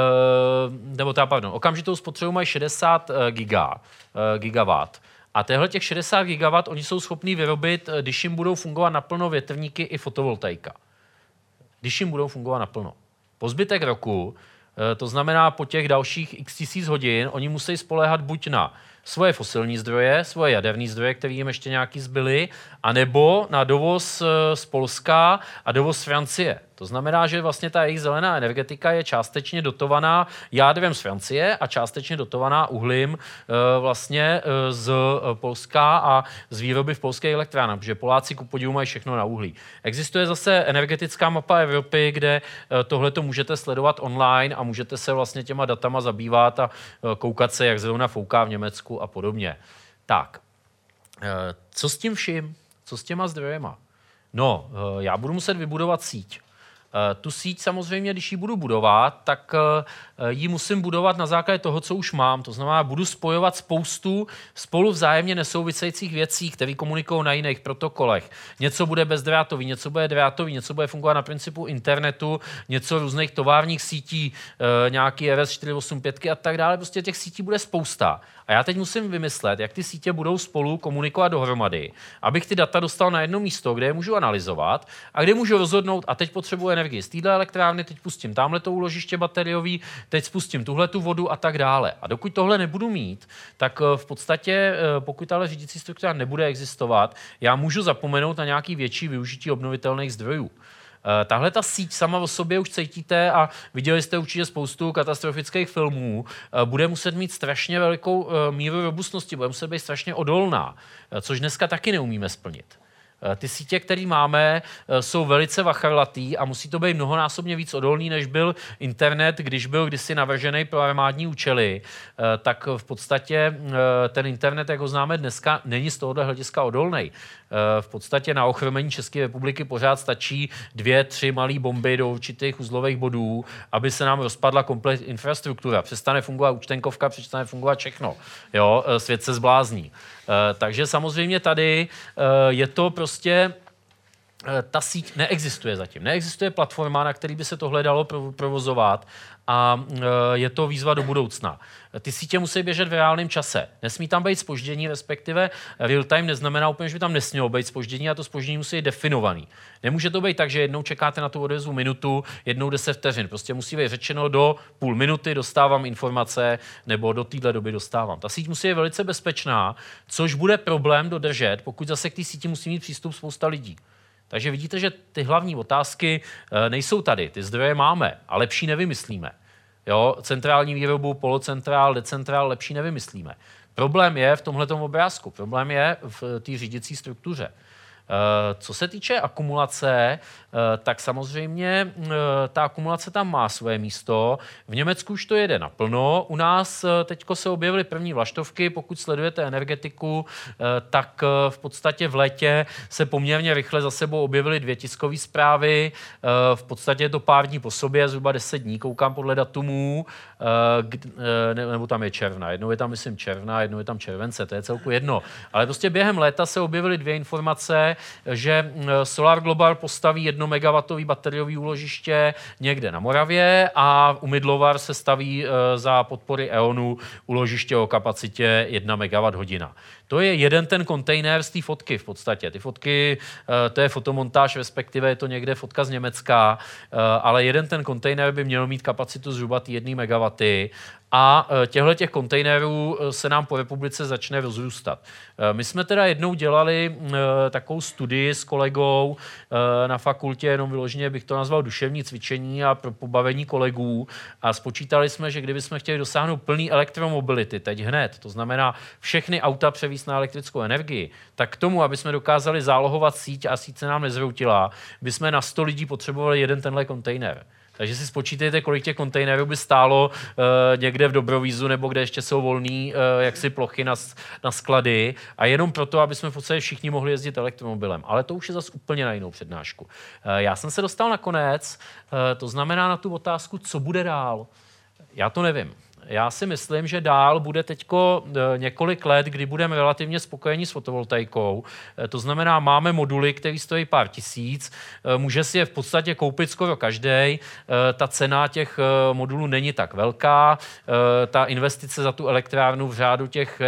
okamžitou spotřebu mají 60 gigawatt. A téhle těch 60 gigawatt oni jsou schopní vyrobit, když jim budou fungovat naplno větrníky i fotovoltaika. Když jim budou fungovat naplno. Po zbytek roku, to znamená po těch dalších x tisíc hodin, oni musí spoléhat buď na svoje fosilní zdroje, svoje jaderné zdroje, které jim ještě nějaký zbyly, anebo na dovoz z Polska a dovoz z Francie. To znamená, že vlastně ta jejich zelená energetika je částečně dotovaná jádrem z Francie a částečně dotovaná uhlím vlastně z Polska a z výroby v polských elektrárnách, protože Poláci ku podivu mají všechno na uhlí. Existuje zase energetická mapa Evropy, kde tohleto můžete sledovat online a můžete se vlastně těma datama zabývat a koukat se, jak zrovna fouká v Německu a podobně. Tak, co s tím vším? Co s těma zdrojema? No, já budu muset vybudovat síť. Tu síť samozřejmě, když ji budu budovat, tak ji musím budovat na základě toho, co už mám. To znamená, budu spojovat spoustu spolu vzájemně nesouvisejících věcí, které komunikují na jiných protokolech. Něco bude bezdrátový, něco bude drátový, něco bude fungovat na principu internetu, něco různých továrních sítí, nějaký RS485 a tak dále. Prostě těch sítí bude spousta. A já teď musím vymyslet, jak ty sítě budou spolu komunikovat dohromady, abych ty data dostal na jedno místo, kde je můžu analyzovat a kde můžu rozhodnout, a teď potřebuji energii z téhle elektrárny, teď pustím tamhleto úložiště bateriový, teď spustím tuhletu vodu a tak dále. A dokud tohle nebudu mít, tak v podstatě, pokud tahle řídící struktura nebude existovat, já můžu zapomenout na nějaký větší využití obnovitelných zdrojů. Tahle ta síť sama o sobě už cítíte a viděli jste určitě spoustu katastrofických filmů, bude muset mít strašně velikou míru robustnosti, bude muset být strašně odolná, což dneska taky neumíme splnit. Ty sítě, které máme, jsou velice vachrlatý a musí to být mnohonásobně víc odolný, než byl internet, když byl kdysi navržený pro armádní účely. Tak v podstatě ten internet, jak ho známe dneska, není z tohohle hlediska odolný. V podstatě na ochromení České republiky pořád stačí 2-3 malé bomby do určitých uzlových bodů, aby se nám rozpadla komplet infrastruktura. Přestane fungovat účtenkovka, přestane fungovat všechno. Jo? Svět se zblázní. Takže samozřejmě tady je to prostě, ta síť neexistuje zatím. Neexistuje platforma, na který by se tohle dalo provozovat a je to výzva do budoucna. Ty sítě musí běžet v reálném čase. Nesmí tam být zpoždění, respektive real time neznamená úplně, že by tam nesmělo být zpoždění a to zpoždění musí být definovaný. Nemůže to být tak, že jednou čekáte na tu odezvu minutu, jednou 10 vteřin. Prostě musí být řečeno do půl minuty dostávám informace nebo do téhle doby dostávám. Ta síť musí být velice bezpečná, což bude problém dodržet, pokud zase k té síti musí mít přístup spousta lidí. Takže vidíte, že ty hlavní otázky nejsou tady. Ty zdroje máme a lepší nevymyslíme. Jo? Centrální výrobu, polocentrál, decentrál lepší nevymyslíme. Problém je v tomhletom obrázku. Problém je v té řídicí struktuře. Co se týče akumulace, tak samozřejmě ta akumulace tam má své místo. V Německu už to jede naplno. U nás teďko se objevily první vlaštovky. Pokud sledujete energetiku, tak v podstatě v létě se poměrně rychle za sebou objevily 2 tiskové zprávy. V podstatě je to pár dní po sobě, zhruba 10 dní, koukám podle datumů, nebo tam je června. Jednou je tam, myslím, června, jednou je tam července, to je celku jedno. Ale prostě během léta se objevily 2 informace, že Solar Global postaví 1 megawatový bateriový úložiště někde na Moravě a u Midlovar se staví za podpory E.ONu úložiště o kapacitě 1 MWh. To je jeden ten kontejner z té fotky v podstatě. Ty fotky, to je fotomontáž, respektive je to někde fotka z Německa, ale jeden ten kontejner by měl mít kapacitu zhruba 1 MW. A těch kontejnerů se nám po republice začne rozrůstat. My jsme teda jednou dělali takovou studii s kolegou na fakultě, jenom vyloženě bych to nazval duševní cvičení a pro pobavení kolegů a spočítali jsme, že kdybychom chtěli dosáhnout plný elektromobility teď hned, to znamená všechny auta převízt na elektrickou energii, tak k tomu, aby jsme dokázali zálohovat síť a síť se nám nezhroutila, bychom na 100 lidí potřebovali jeden tenhle kontejner. Takže si spočítejte, kolik těch kontejnerů by stálo někde v Dobrovízu nebo kde ještě jsou volné jaksi plochy na sklady a jenom proto, aby jsme v podstatě všichni mohli jezdit elektromobilem. Ale to už je zase úplně na jinou přednášku. Já jsem se dostal na konec, to znamená na tu otázku, co bude dál. Já to nevím. Já si myslím, že dál bude teďko několik let, kdy budeme relativně spokojeni s fotovoltaikou. To znamená, máme moduly, které stojí pár tisíc, může si je v podstatě koupit skoro každý. Ta cena těch modulů není tak velká. Ta investice za tu elektrárnu v řádu těch,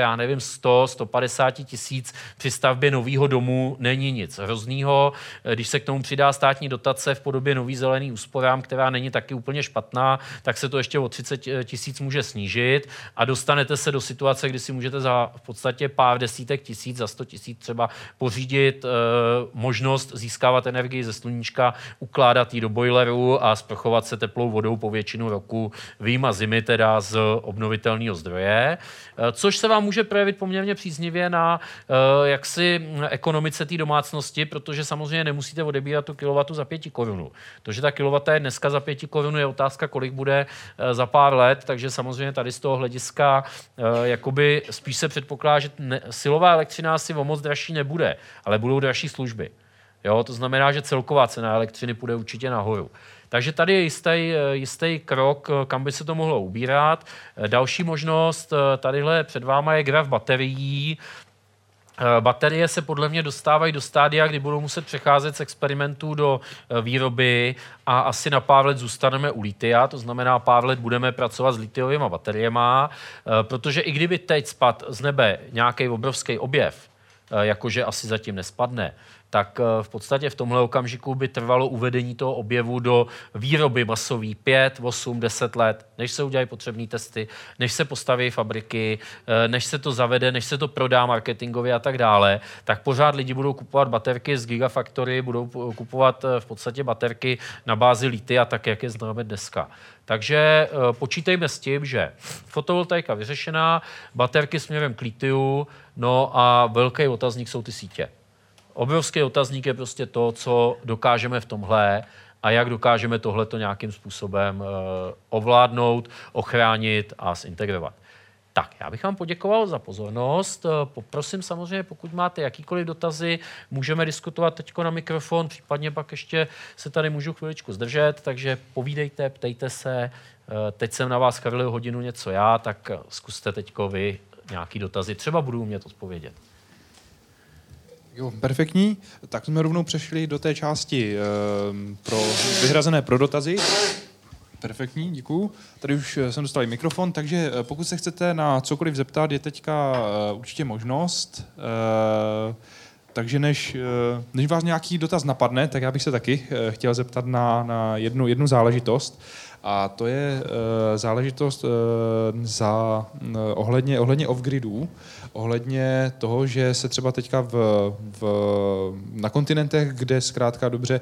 100-150 tisíc při stavbě nového domu není nic hroznýho. Když se k tomu přidá státní dotace v podobě nový zelený úsporám, která není taky úplně špatná, tak se to ještě o 30 tisíc může snížit a dostanete se do situace, kdy si můžete za v podstatě pár desítek tisíc, za 100 tisíc třeba pořídit možnost získávat energii ze sluníčka, ukládat ji do boileru a sprchovat se teplou vodou po většinu roku, vyjma zimy teda z obnovitelného zdroje, což se vám může projevit poměrně příznivě na jaksi ekonomice té domácnosti, protože samozřejmě nemusíte odebírat tu kilowatu za 5 korun. To, že ta kilowata je dneska za 5 korun, je otázka, kolik bude za pár let, takže samozřejmě tady z toho hlediska jakoby spíš se předpokládá, že silová elektřina asi o moc dražší nebude, ale budou dražší služby. Jo, to znamená, že celková cena elektřiny půjde určitě nahoru. Takže tady je jistý krok, kam by se to mohlo ubírat. Další možnost, tadyhle před váma je graf baterií. Baterie se podle mě dostávají do stádia, kdy budou muset přecházet z experimentů do výroby a asi na pár let zůstaneme u litia, to znamená pár let budeme pracovat s litiovými bateriemi, protože i kdyby teď spadl z nebe nějaký obrovský objev, jakože asi zatím nespadne, tak v podstatě v tomhle okamžiku by trvalo uvedení toho objevu do výroby masový 5, 8, 10 let, než se udělají potřebné testy, než se postaví fabriky, než se to zavede, než se to prodá marketingově a tak dále, tak pořád lidi budou kupovat baterky z Gigafactory, budou kupovat v podstatě baterky na bázi litia, tak jak je známe dneska. Takže počítejme s tím, že fotovoltaika vyřešená, baterky směrem k litiu, no a velký otazník jsou ty sítě. Obrovský otazník je prostě to, co dokážeme v tomhle a jak dokážeme tohleto nějakým způsobem ovládnout, ochránit a zintegrovat. Tak, já bych vám poděkoval za pozornost. Poprosím samozřejmě, pokud máte jakýkoliv dotazy, můžeme diskutovat teďko na mikrofon, případně pak ještě se tady můžu chviličku zdržet, takže povídejte, ptejte se. Teď jsem na vás chrlil hodinu něco já, tak zkuste teďko vy nějaký dotazy. Třeba budu umět odpovědět. Jo, perfektní. Tak jsme rovnou přešli do té části vyhrazené pro dotazy. Perfektní, děkuju. Tady už jsem dostal i mikrofon, takže pokud se chcete na cokoliv zeptat, je teďka určitě možnost. Takže než vás nějaký dotaz napadne, tak já bych se taky chtěl zeptat na jednu záležitost. A to je záležitost ohledně off-gridů, ohledně toho, že se třeba teďka na kontinentech, kde zkrátka dobře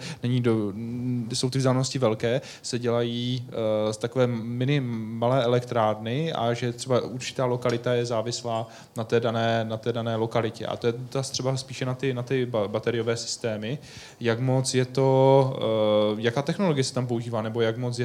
jsou ty vzdálenosti velké, se dělají takové malé elektrárny a že třeba určitá lokalita je závislá na té dané lokalitě. A to je třeba spíše na ty bateriové systémy. Jak moc je to, jaká technologie se tam používá, nebo jak moc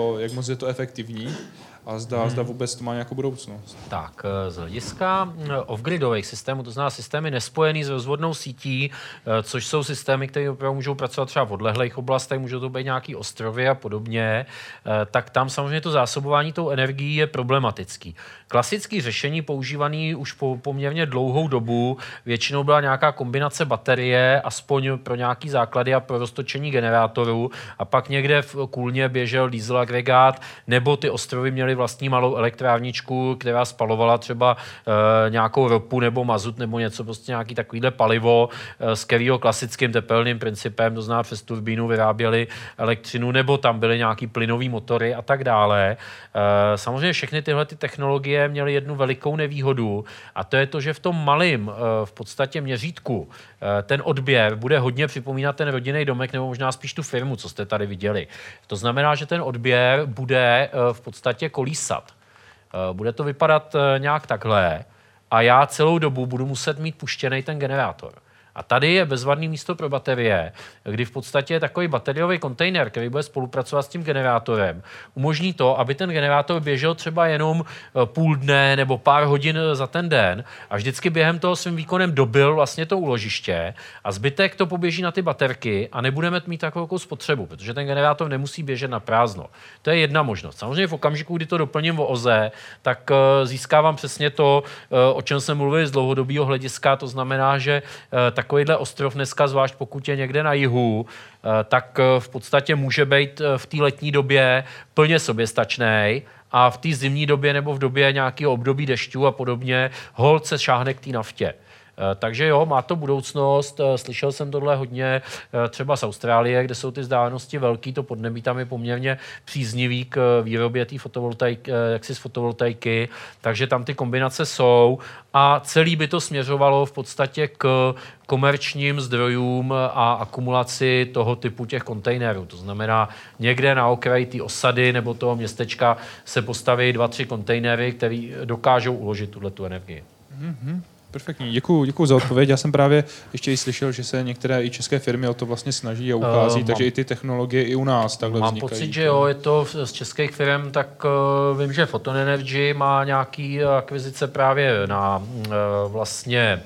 je to efektivní a zda vůbec to má nějakou budoucnost. Tak, z hlediska off-gridových systémů, to znamená systémy nespojený s rozvodnou sítí, což jsou systémy, které opravdu můžou pracovat třeba v odlehlých oblastech, můžou to být nějaký ostrovy a podobně, tak tam samozřejmě to zásobování tou energií je problematický. Klasické řešení používané už po poměrně dlouhou dobu většinou byla nějaká kombinace baterie, aspoň pro nějaký základy a pro roztočení generátorů, a pak někde v kůlně běžel diesel agregát, nebo ty ostrovy měly vlastní malou elektrárničku, která spalovala třeba nějakou ropu nebo mazut nebo něco, prostě nějaký takovýhle palivo, s kterého klasickým tepelným principem, to znamená přes turbínu vyráběli elektřinu, nebo tam byly nějaký plynový motory a tak dále. Samozřejmě všechny tyhle ty technologie měly jednu velikou nevýhodu, a to je to, že v tom malém v podstatě měřítku ten odběr bude hodně připomínat ten rodinný domek nebo možná spíš tu firmu, co jste tady viděli. To znamená, že ten odběr bude v podstatě kolísat. Bude to vypadat nějak takhle a já celou dobu budu muset mít puštěný ten generátor. A tady je bezvadný místo pro baterie, kdy v podstatě je takový bateriový kontejner, který bude spolupracovat s tím generátorem, umožní to, aby ten generátor běžel třeba jenom půl dne nebo pár hodin za ten den a vždycky během toho svým výkonem dobil vlastně to úložiště a zbytek to poběží na ty baterky a nebudeme mít takovou spotřebu, protože ten generátor nemusí běžet na prázdno. To je jedna možnost. Samozřejmě v okamžiku, kdy to doplním o OZE, tak získávám přesně to, o čem jsem mluvil z dlouhodobého hlediska, to znamená, že takovýhle ostrov dneska, zvlášť pokud je někde na jihu, tak v podstatě může být v té letní době plně soběstačný a v té zimní době nebo v době nějakého období dešťů a podobně holt se šáhne k té naftě. Takže jo, má to budoucnost. Slyšel jsem tohle hodně třeba z Austrálie, kde jsou ty vzdálenosti velký, to podnebí tam je poměrně příznivý k výrobě té fotovoltaiky, jaksi z fotovoltaiky, takže tam ty kombinace jsou a celý by to směřovalo v podstatě k komerčním zdrojům a akumulaci toho typu těch kontejnerů. To znamená, někde na okraji té osady nebo toho městečka se postaví 2-3 kontejnery, které dokážou uložit tuhletu energii. Mm-hmm. Perfektní, děkuju za odpověď. Já jsem právě ještě i slyšel, že se některé i české firmy o to vlastně snaží a uchází, takže i ty technologie i u nás takhle mám vznikají. Mám pocit, že jo, je to z českých firm, tak vím, že Photon Energy má nějaký akvizice právě na vlastně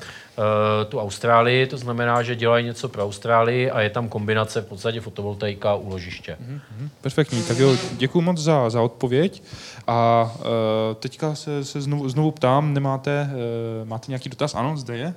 tu Austrálii, to znamená, že dělají něco pro Austrálii a je tam kombinace v podstatě fotovoltaika a úložiště. Perfektní, tak jo, děkuju moc za odpověď a teďka se znovu ptám, máte nějaký dotaz? Ano, zde je.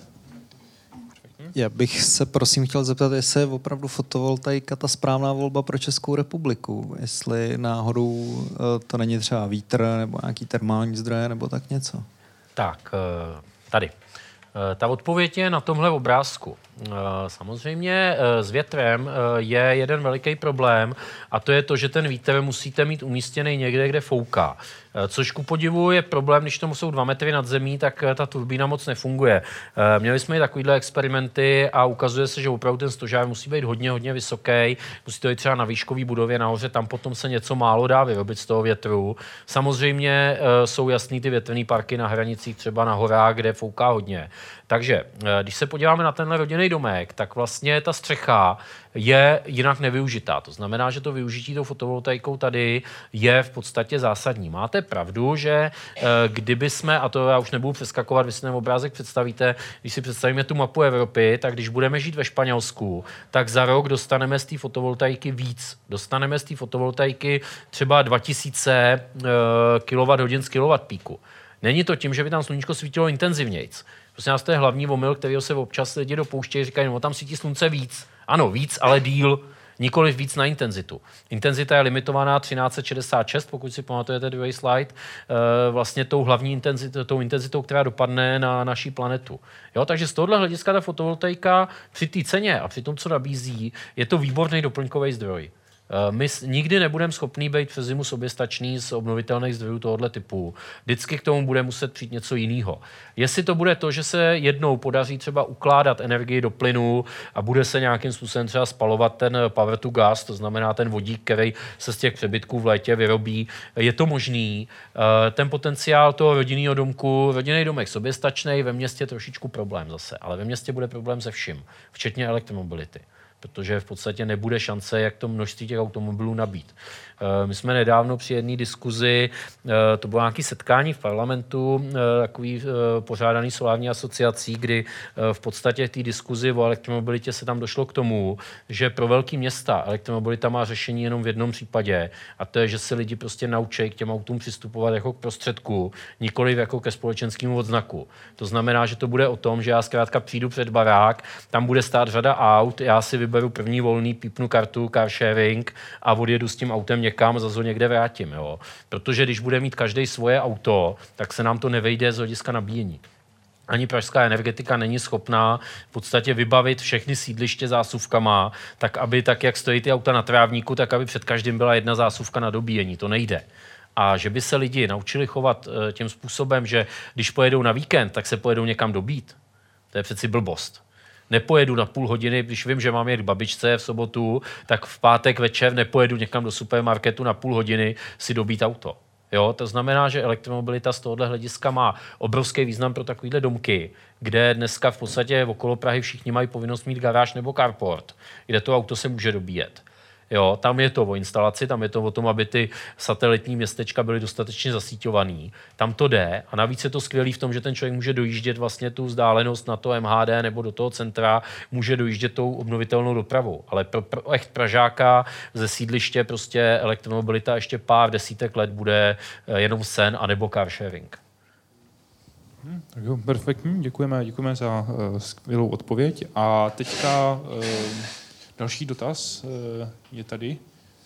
Já bych se prosím chtěl zeptat, jestli je opravdu fotovoltaika ta správná volba pro Českou republiku. Jestli náhodou to není třeba vítr nebo nějaký termální zdroje nebo tak něco. Tak, tady. Ta odpověď je na tomhle obrázku. Samozřejmě s větrem je jeden veliký problém a to je to, že ten vítr musíte mít umístěný někde, kde fouká. Což ku podivu je problém, když to jsou 2 metry nad zemí, tak ta turbína moc nefunguje. Měli jsme i takovýhle experimenty a ukazuje se, že opravdu ten stožár musí být hodně vysoký, musí to být třeba na výškové budově nahoře, tam potom se něco málo dá vyrobit z toho větru. Samozřejmě jsou jasný ty větrné parky na hranicích, třeba na horách, kde fouká hodně. Takže když se podíváme na tenhle rodinný domek, tak vlastně ta střecha je jinak nevyužitá. To znamená, že to využití tou fotovoltaikou tady je v podstatě zásadní. Máte pravdu, že kdyby jsme, a to já už nebudu přeskakovat, vy si ten obrázek představíte, když si představíme tu mapu Evropy, tak když budeme žít ve Španělsku, tak za rok dostaneme z té fotovoltaiky víc. Dostaneme z té fotovoltaiky třeba 2000 kWh z kWp. Není to tím, že by tam sluníčko svítilo intenzivnějc. Prostě nás to je hlavní omyl, kterýho se občas lidi dopouštějí, říkají, no tam svítí slunce víc. Ano, víc, ale díl, nikoliv víc na intenzitu. Intenzita je limitovaná 1366, pokud si pamatujete druhý slide, vlastně tou hlavní intenzitou, která dopadne na naší planetu. Jo, takže z tohohle hlediska ta fotovoltaika při té ceně a při tom, co nabízí, je to výborný doplňkový zdroj. My nikdy nebudeme schopní být přes zimu soběstační z obnovitelných zdrojů tohoto typu. Vždycky k tomu bude muset přijít něco jiného. Jestli to bude to, že se jednou podaří třeba ukládat energii do plynu a bude se nějakým způsobem třeba spalovat ten power to gas, to znamená ten vodík, který se z těch přebytků v létě vyrobí, je to možný. Ten potenciál toho rodinného domku, rodinný domek soběstačný, ve městě trošičku problém zase, ale ve městě bude problém se vším, včetně elektromobility, protože v podstatě nebude šance, jak to množství těch automobilů nabít. My jsme nedávno při jedné diskuzi, to bylo nějaké setkání v parlamentu, takový pořádaný solární asociací, kdy v podstatě v té diskuzi o elektromobilitě se tam došlo k tomu, že pro velké města elektromobilita má řešení jenom v jednom případě, a to je, že se lidi prostě naučí k těm autům přistupovat jako k prostředku, nikoliv jako ke společenskému odznaku. To znamená, že to bude o tom, že já zkrátka přijdu před barák, tam bude stát řada aut, já si vyberu první volný, pípnu kartu, car sharing a odjedu s tím autem někam, zase ho někde vrátím. Jo? Protože když bude mít každý svoje auto, tak se nám to nevejde z hlediska nabíjení. Ani pražská energetika není schopná v podstatě vybavit všechny sídliště zásuvkama, tak aby tak, jak stojí ty auta na trávníku, tak aby před každým byla jedna zásuvka na dobíjení. To nejde. A že by se lidi naučili chovat tím způsobem, že když pojedou na víkend, tak se pojedou někam dobít. To je přeci blbost. Nepojedu na půl hodiny, když vím, že mám jet k babičce v sobotu, tak v pátek večer nepojedu někam do supermarketu na půl hodiny si dobít auto. Jo? To znamená, že elektromobilita z tohohle hlediska má obrovský význam pro takovéhle domky, kde dneska v podstatě okolo Prahy všichni mají povinnost mít garáž nebo carport, kde to auto se může dobíjet. Jo, tam je to o instalaci, tam je to o tom, aby ty satelitní městečka byly dostatečně zasíťovaný. Tam to jde a navíc je to skvělý v tom, že ten člověk může dojíždět vlastně tu vzdálenost na to MHD nebo do toho centra, může dojíždět tou obnovitelnou dopravou. Ale pro Pražáka ze sídliště prostě elektromobilita ještě pár desítek let bude jenom sen anebo car sharing. Tak jo, perfektní, děkujeme za skvělou odpověď. A teďka další dotaz je tady.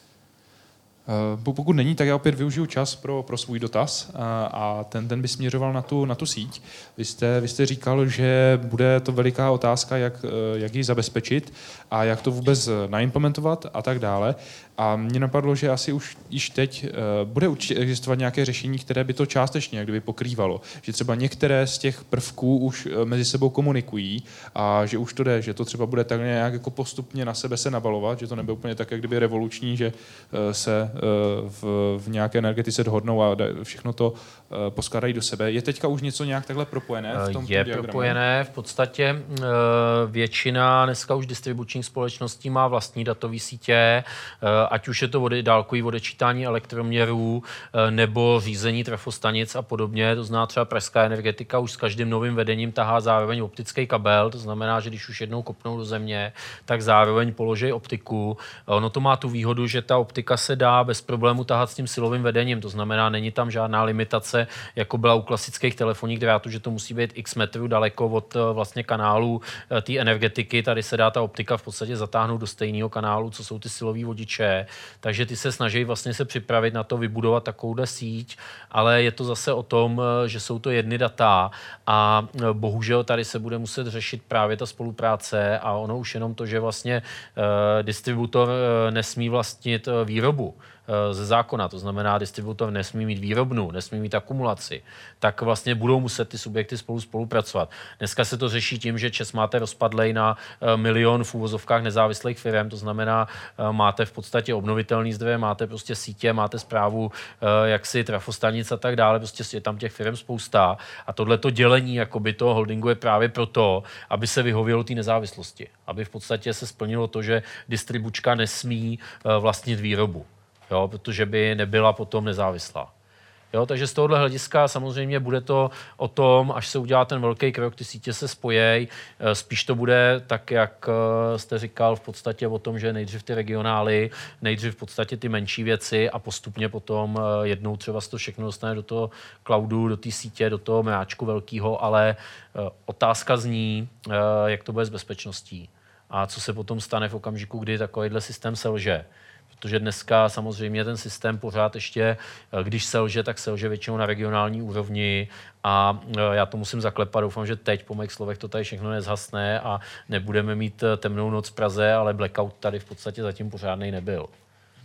Pokud není, tak já opět využiju čas pro svůj dotaz a ten by směřoval na tu síť. Vy jste říkal, že bude to veliká otázka, jak ji zabezpečit a jak to vůbec naimplementovat a tak dále. A mně napadlo, že asi už již teď bude určitě existovat nějaké řešení, které by to částečně jak kdyby pokrývalo. Že třeba některé z těch prvků už mezi sebou komunikují a že už to jde, že to třeba bude tak nějak jako postupně na sebe se nabalovat, že to nebude úplně tak jak kdyby revoluční, že se v nějaké energetice dohodnou a všechno to poskládají do sebe. Je teďka už něco nějak takhle propojené v tom diagramu? Propojené. V podstatě většina dneska už distribučních společností má vlastní datové sítě, ať už je to dálkový odečítání elektroměrů nebo řízení trafostanic a podobně. To znamená třeba pražská energetika už s každým novým vedením tahá zároveň optický kabel. To znamená, že když už jednou kopnou do země, tak zároveň položí optiku. Ono to má tu výhodu, že ta optika se dá bez problému tahat s tím silovým vedením. To znamená, není tam žádná limitace, jako byla u klasických telefonních drátů, že to musí být x metrů daleko od vlastně kanálu té energetiky. Tady se dá ta optika v podstatě zatáhnout do stejného kanálu, co jsou ty silové vodiče. Takže ty se snaží vlastně se připravit na to vybudovat takovouhle síť, ale je to zase o tom, že jsou to jedny data a bohužel tady se bude muset řešit právě ta spolupráce a ono už jenom to, že vlastně distributor nesmí vlastnit výrobu ze zákona, to znamená, distributor nesmí mít výrobnu, nesmí mít akumulaci, tak vlastně budou muset ty subjekty spolupracovat. Dneska se to řeší tím, že ČEZ máte rozpadlej na milion v úvozovkách nezávislých firm, to znamená, máte v podstatě obnovitelný zdroje, máte prostě sítě, máte správu jaksi trafostanic a tak dále, prostě je tam těch firm spousta a tohleto dělení jakoby toho holdingu je právě proto, aby se vyhovělo té nezávislosti, aby v podstatě se splnilo to, že distribučka nesmí vlastnit výrobu. Jo, protože by nebyla potom nezávislá. Jo, takže z tohohle hlediska samozřejmě bude to o tom, až se udělá ten velký krok, ty sítě se spojí, spíš to bude tak, jak jste říkal, v podstatě o tom, že nejdřív ty regionály, nejdřív v podstatě ty menší věci a postupně potom jednou třeba se to všechno dostane do toho cloudu, do té sítě, do toho mráčku velkého, ale otázka zní, jak to bude s bezpečností a co se potom stane v okamžiku, kdy takovýhle systém selže. Protože dneska samozřejmě ten systém pořád ještě, když selže, tak selže většinou na regionální úrovni a já to musím zaklepat. Doufám, že teď po mých slovech to tady všechno nezhasne a nebudeme mít temnou noc v Praze, ale blackout tady v podstatě zatím pořádnej nebyl.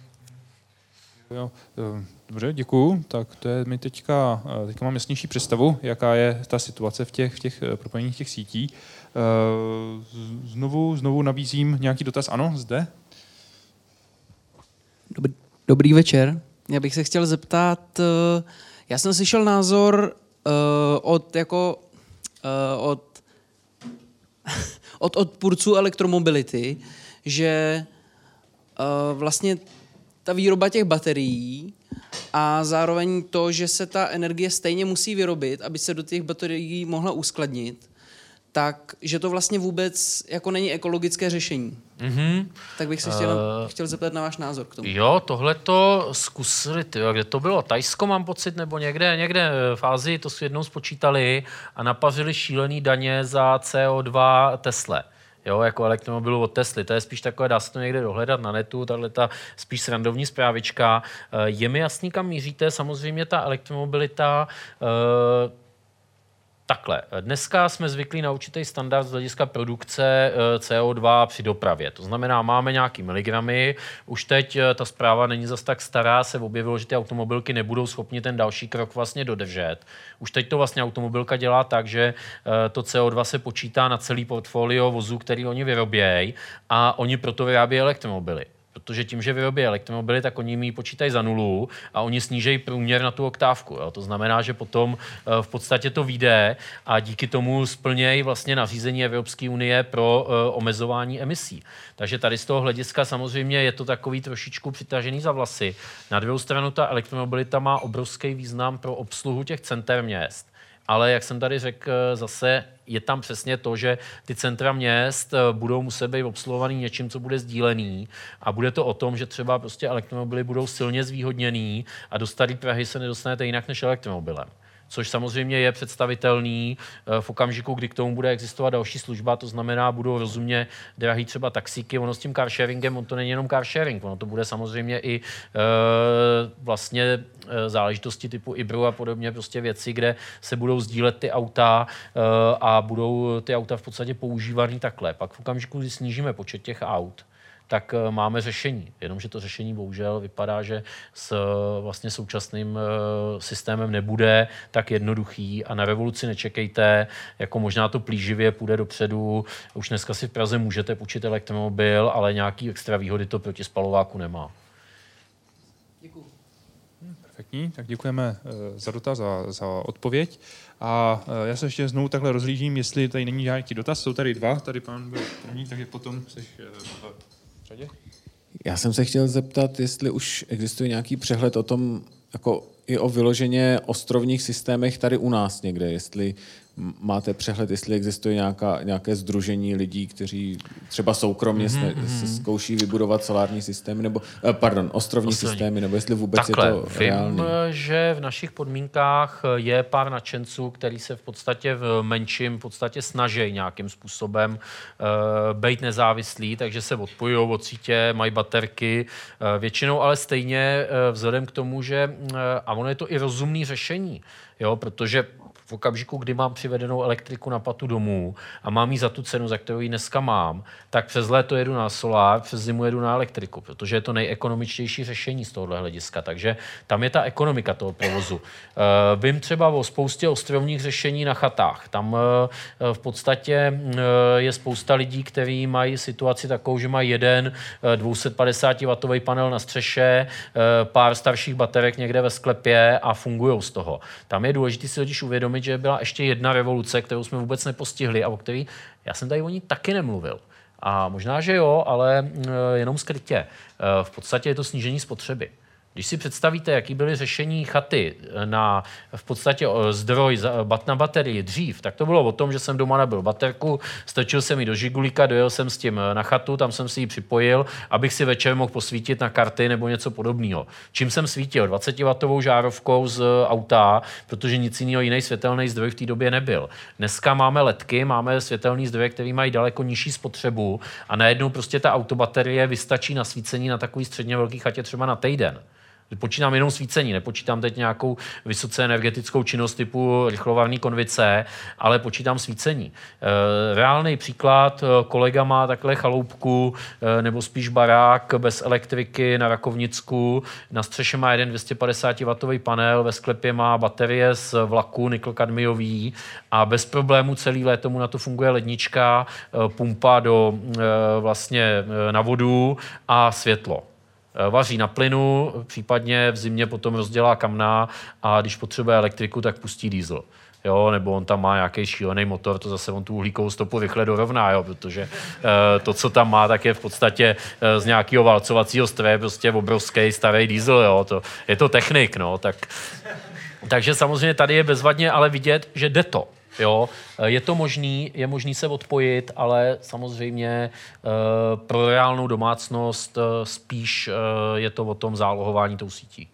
Jo, dobře, děkuju. Tak to je mi teďka mám jasnější představu, jaká je ta situace v těch propojeních těch sítí. Znovu nabízím nějaký dotaz. Ano, zde? Dobrý večer. Já bych se chtěl zeptat, já jsem slyšel názor od odpůrců elektromobility, že vlastně ta výroba těch baterií a zároveň to, že se ta energie stejně musí vyrobit, aby se do těch baterií mohla uskladnit, tak že to vlastně vůbec jako není ekologické řešení. Mm-hmm. Tak bych se chtěl zeptat na váš názor k tomu. Jo, tohle to zkusili, kde to bylo? Tajsko mám pocit, nebo někde v Asii to si jednou spočítali a napařili šílený daně za CO2 Tesle. Jo, jako elektromobilu od Tesly. To je spíš takové, dá se to někde dohledat na netu, tahle ta spíš srandovní zprávička. Je mi jasný, kam míříte, samozřejmě ta elektromobilita. Takhle, dneska jsme zvyklí na určitý standard z hlediska produkce CO2 při dopravě. To znamená, máme nějaký miligramy. Už teď ta zpráva není zas tak stará, se objevilo, že ty automobilky nebudou schopni ten další krok vlastně dodržet. Už teď to vlastně automobilka dělá tak, že to CO2 se počítá na celý portfolio vozů, který oni vyrobějí a oni proto vyrábí elektromobily. Protože tím, že vyrobí elektromobily, tak oni mi počítají za nulu a oni snížejí průměr na tu oktávku. Jo. To znamená, že potom v podstatě to vyjde a díky tomu splnějí vlastně nařízení Evropské unie pro omezování emisí. Takže tady z toho hlediska samozřejmě je to takový trošičku přitažený za vlasy. Na druhou stranu ta elektromobilita má obrovský význam pro obsluhu těch center měst. Ale jak jsem tady řekl, zase je tam přesně to, že ty centra měst budou muset být obsluhovaný něčím, co bude sdílený a bude to o tom, že třeba prostě elektromobily budou silně zvýhodněný a do staré Prahy se nedostanete jinak než elektromobilem. Což samozřejmě je představitelný v okamžiku, kdy k tomu bude existovat další služba, to znamená, budou rozumně drahý třeba taxíky, ono s tím carsharingem, on to není jenom carsharing, ono to bude samozřejmě i vlastně záležitosti typu Ibru a podobně, prostě věci, kde se budou sdílet ty auta a budou ty auta v podstatě používaný takhle. Pak v okamžiku, kdy snížíme počet těch aut, tak máme řešení. Jenomže to řešení bohužel vypadá, že s vlastně současným systémem nebude tak jednoduchý a na revoluci nečekejte, jako možná to plíživě půjde dopředu. Už dneska si v Praze můžete půjčit elektromobil, ale nějaký extra výhody to proti spalováku nemá. Děkuju. Perfektní, tak děkujeme za dotaz, za odpověď. A já se ještě znovu takhle rozhlížím, jestli tady není nějaký dotaz. Jsou tady dva, tady pán byl první, takže potom seš řadě. Já jsem se chtěl zeptat, jestli už existuje nějaký přehled o tom, jako i o vyloženě ostrovních systémech tady u nás někde, jestli máte přehled, jestli existuje nějaké sdružení lidí, kteří třeba soukromně se zkouší vybudovat solární systémy, nebo, ostrovní systémy, nebo jestli vůbec takhle, je to reálné. Vím, že v našich podmínkách je pár nadšenců, který se v podstatě v menším snaží nějakým způsobem být nezávislí, takže se odpojují od sítě, mají baterky, většinou ale stejně vzhledem k tomu, že a ono je to i rozumné řešení, jo, protože v okamžiku, kdy mám přivedenou elektriku na patu domů a mám ji za tu cenu, za kterou ji dneska mám, tak přes léto jedu na solár, přes zimu jedu na elektriku, protože je to nejekonomičtější řešení z tohohle hlediska. Takže tam je ta ekonomika toho provozu. Vím třeba o spoustě ostrovních řešení na chatách. Tam v podstatě je spousta lidí, kteří mají situaci takovou, že mají jeden 250W panel na střeše, pár starších baterek někde ve sklepě a fungují z toho. Tam je důležité si totiž uvědomit, že byla ještě jedna revoluce, kterou jsme vůbec nepostihli a o který já jsem tady o ní taky nemluvil. A možná, že jo, ale jenom skrytě. V podstatě je to snížení spotřeby. Když si představíte, jaký byly řešení chaty na v podstatě zdroj na baterii dřív, tak to bylo o tom, že jsem doma nabil baterku, strčil jsem ji do žigulíka, dojel jsem s tím na chatu, tam jsem si ji připojil, abych si večer mohl posvítit na karty nebo něco podobného. Čím jsem svítil? 20W žárovkou z auta, protože nic jiného, jiný světelný zdroj v té době nebyl. Dneska máme ledky, máme světelný zdroje, které mají daleko nižší spotřebu a najednou prostě ta autobaterie vystačí na svícení na takový středně velký chatě třeba na týden. Počítám jenom svícení, nepočítám teď nějakou vysoce energetickou činnost typu rychlovarný konvice, ale počítám svícení. Reálný příklad, kolega má takhle chaloupku nebo spíš barák bez elektriky na Rakovnicku, na střeše má jeden 250W panel, ve sklepě má baterie z vlaku nikl-kadmiový a bez problému celý léto mu na to funguje lednička, pumpa vlastně na vodu a světlo. Vaří na plynu, případně v zimě potom rozdělá kamna a když potřebuje elektriku, tak pustí diesel. Jo, nebo on tam má nějaký šílený motor, to zase on tu uhlíkovou stopu rychle dorovná, jo, protože to, co tam má, tak je v podstatě z nějakého válcovacího stroje prostě obrovský starý diesel, jo, je to technik, no, takže samozřejmě tady je bezvadně ale vidět, že jde to. Jo, je možný se odpojit, ale samozřejmě pro reálnou domácnost spíš je to o tom zálohování tou sítí.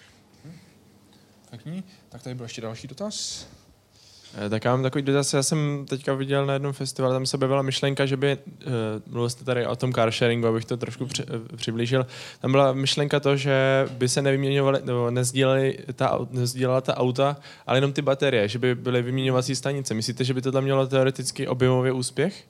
Tak tady byl ještě další dotaz. Tak já mám takový dotaz, já jsem teďka viděl na jednom festivalu, tam se objevila myšlenka, že by, mluvil jste tady o tom carsharingu, abych to trošku přiblížil, tam byla myšlenka to, že by se nevyměňovaly, nebo nezdílela ta auta, ale jenom ty baterie, že by byly vyměňovací stanice. Myslíte, že by to tam mělo teoreticky objemově úspěch?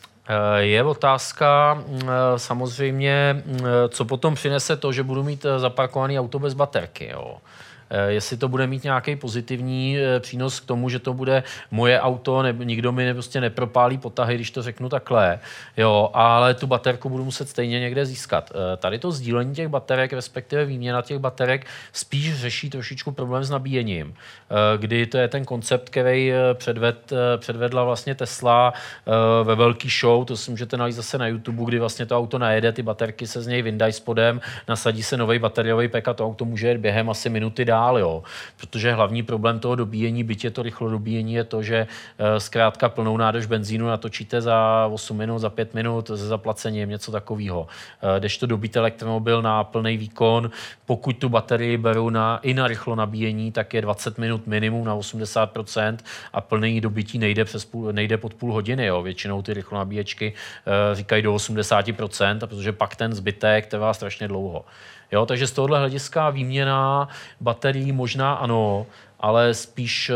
Je otázka samozřejmě, co potom přinese to, že budu mít zaparkovaný auto bez baterky, jo. Jestli to bude mít nějaký pozitivní přínos k tomu, že to bude moje auto, nikdo mi prostě nepropálí potahy, když to řeknu takhle, jo, ale tu baterku budu muset stejně někde získat. Tady to sdílení těch baterek, respektive výměna těch baterek, spíš řeší trošičku problém s nabíjením, kdy to je ten koncept, který předvedla vlastně Tesla ve velký show, to si můžete najít zase na YouTube, kdy vlastně to auto najede, ty baterky se z něj vyndají spodem, nasadí se nový bateriový pack a to auto může jet během asi minuty dál, jo. Protože hlavní problém toho dobíjení, byť je to rychlo dobíjení, je to, že zkrátka plnou nádrž benzínu natočíte za 8 minut, za 5 minut se zaplacením, něco takového. Když to dobít elektromobil na plný výkon, pokud tu baterii berou i na rychlo nabíjení, tak je 20 minut minimum na 80% a plný dobytí nejde pod půl hodiny. Jo. Většinou ty rychlo nabíječky říkají do 80%, protože pak ten zbytek trvá strašně dlouho. Jo, takže z tohohle hlediska výměna baterií možná ano, ale spíš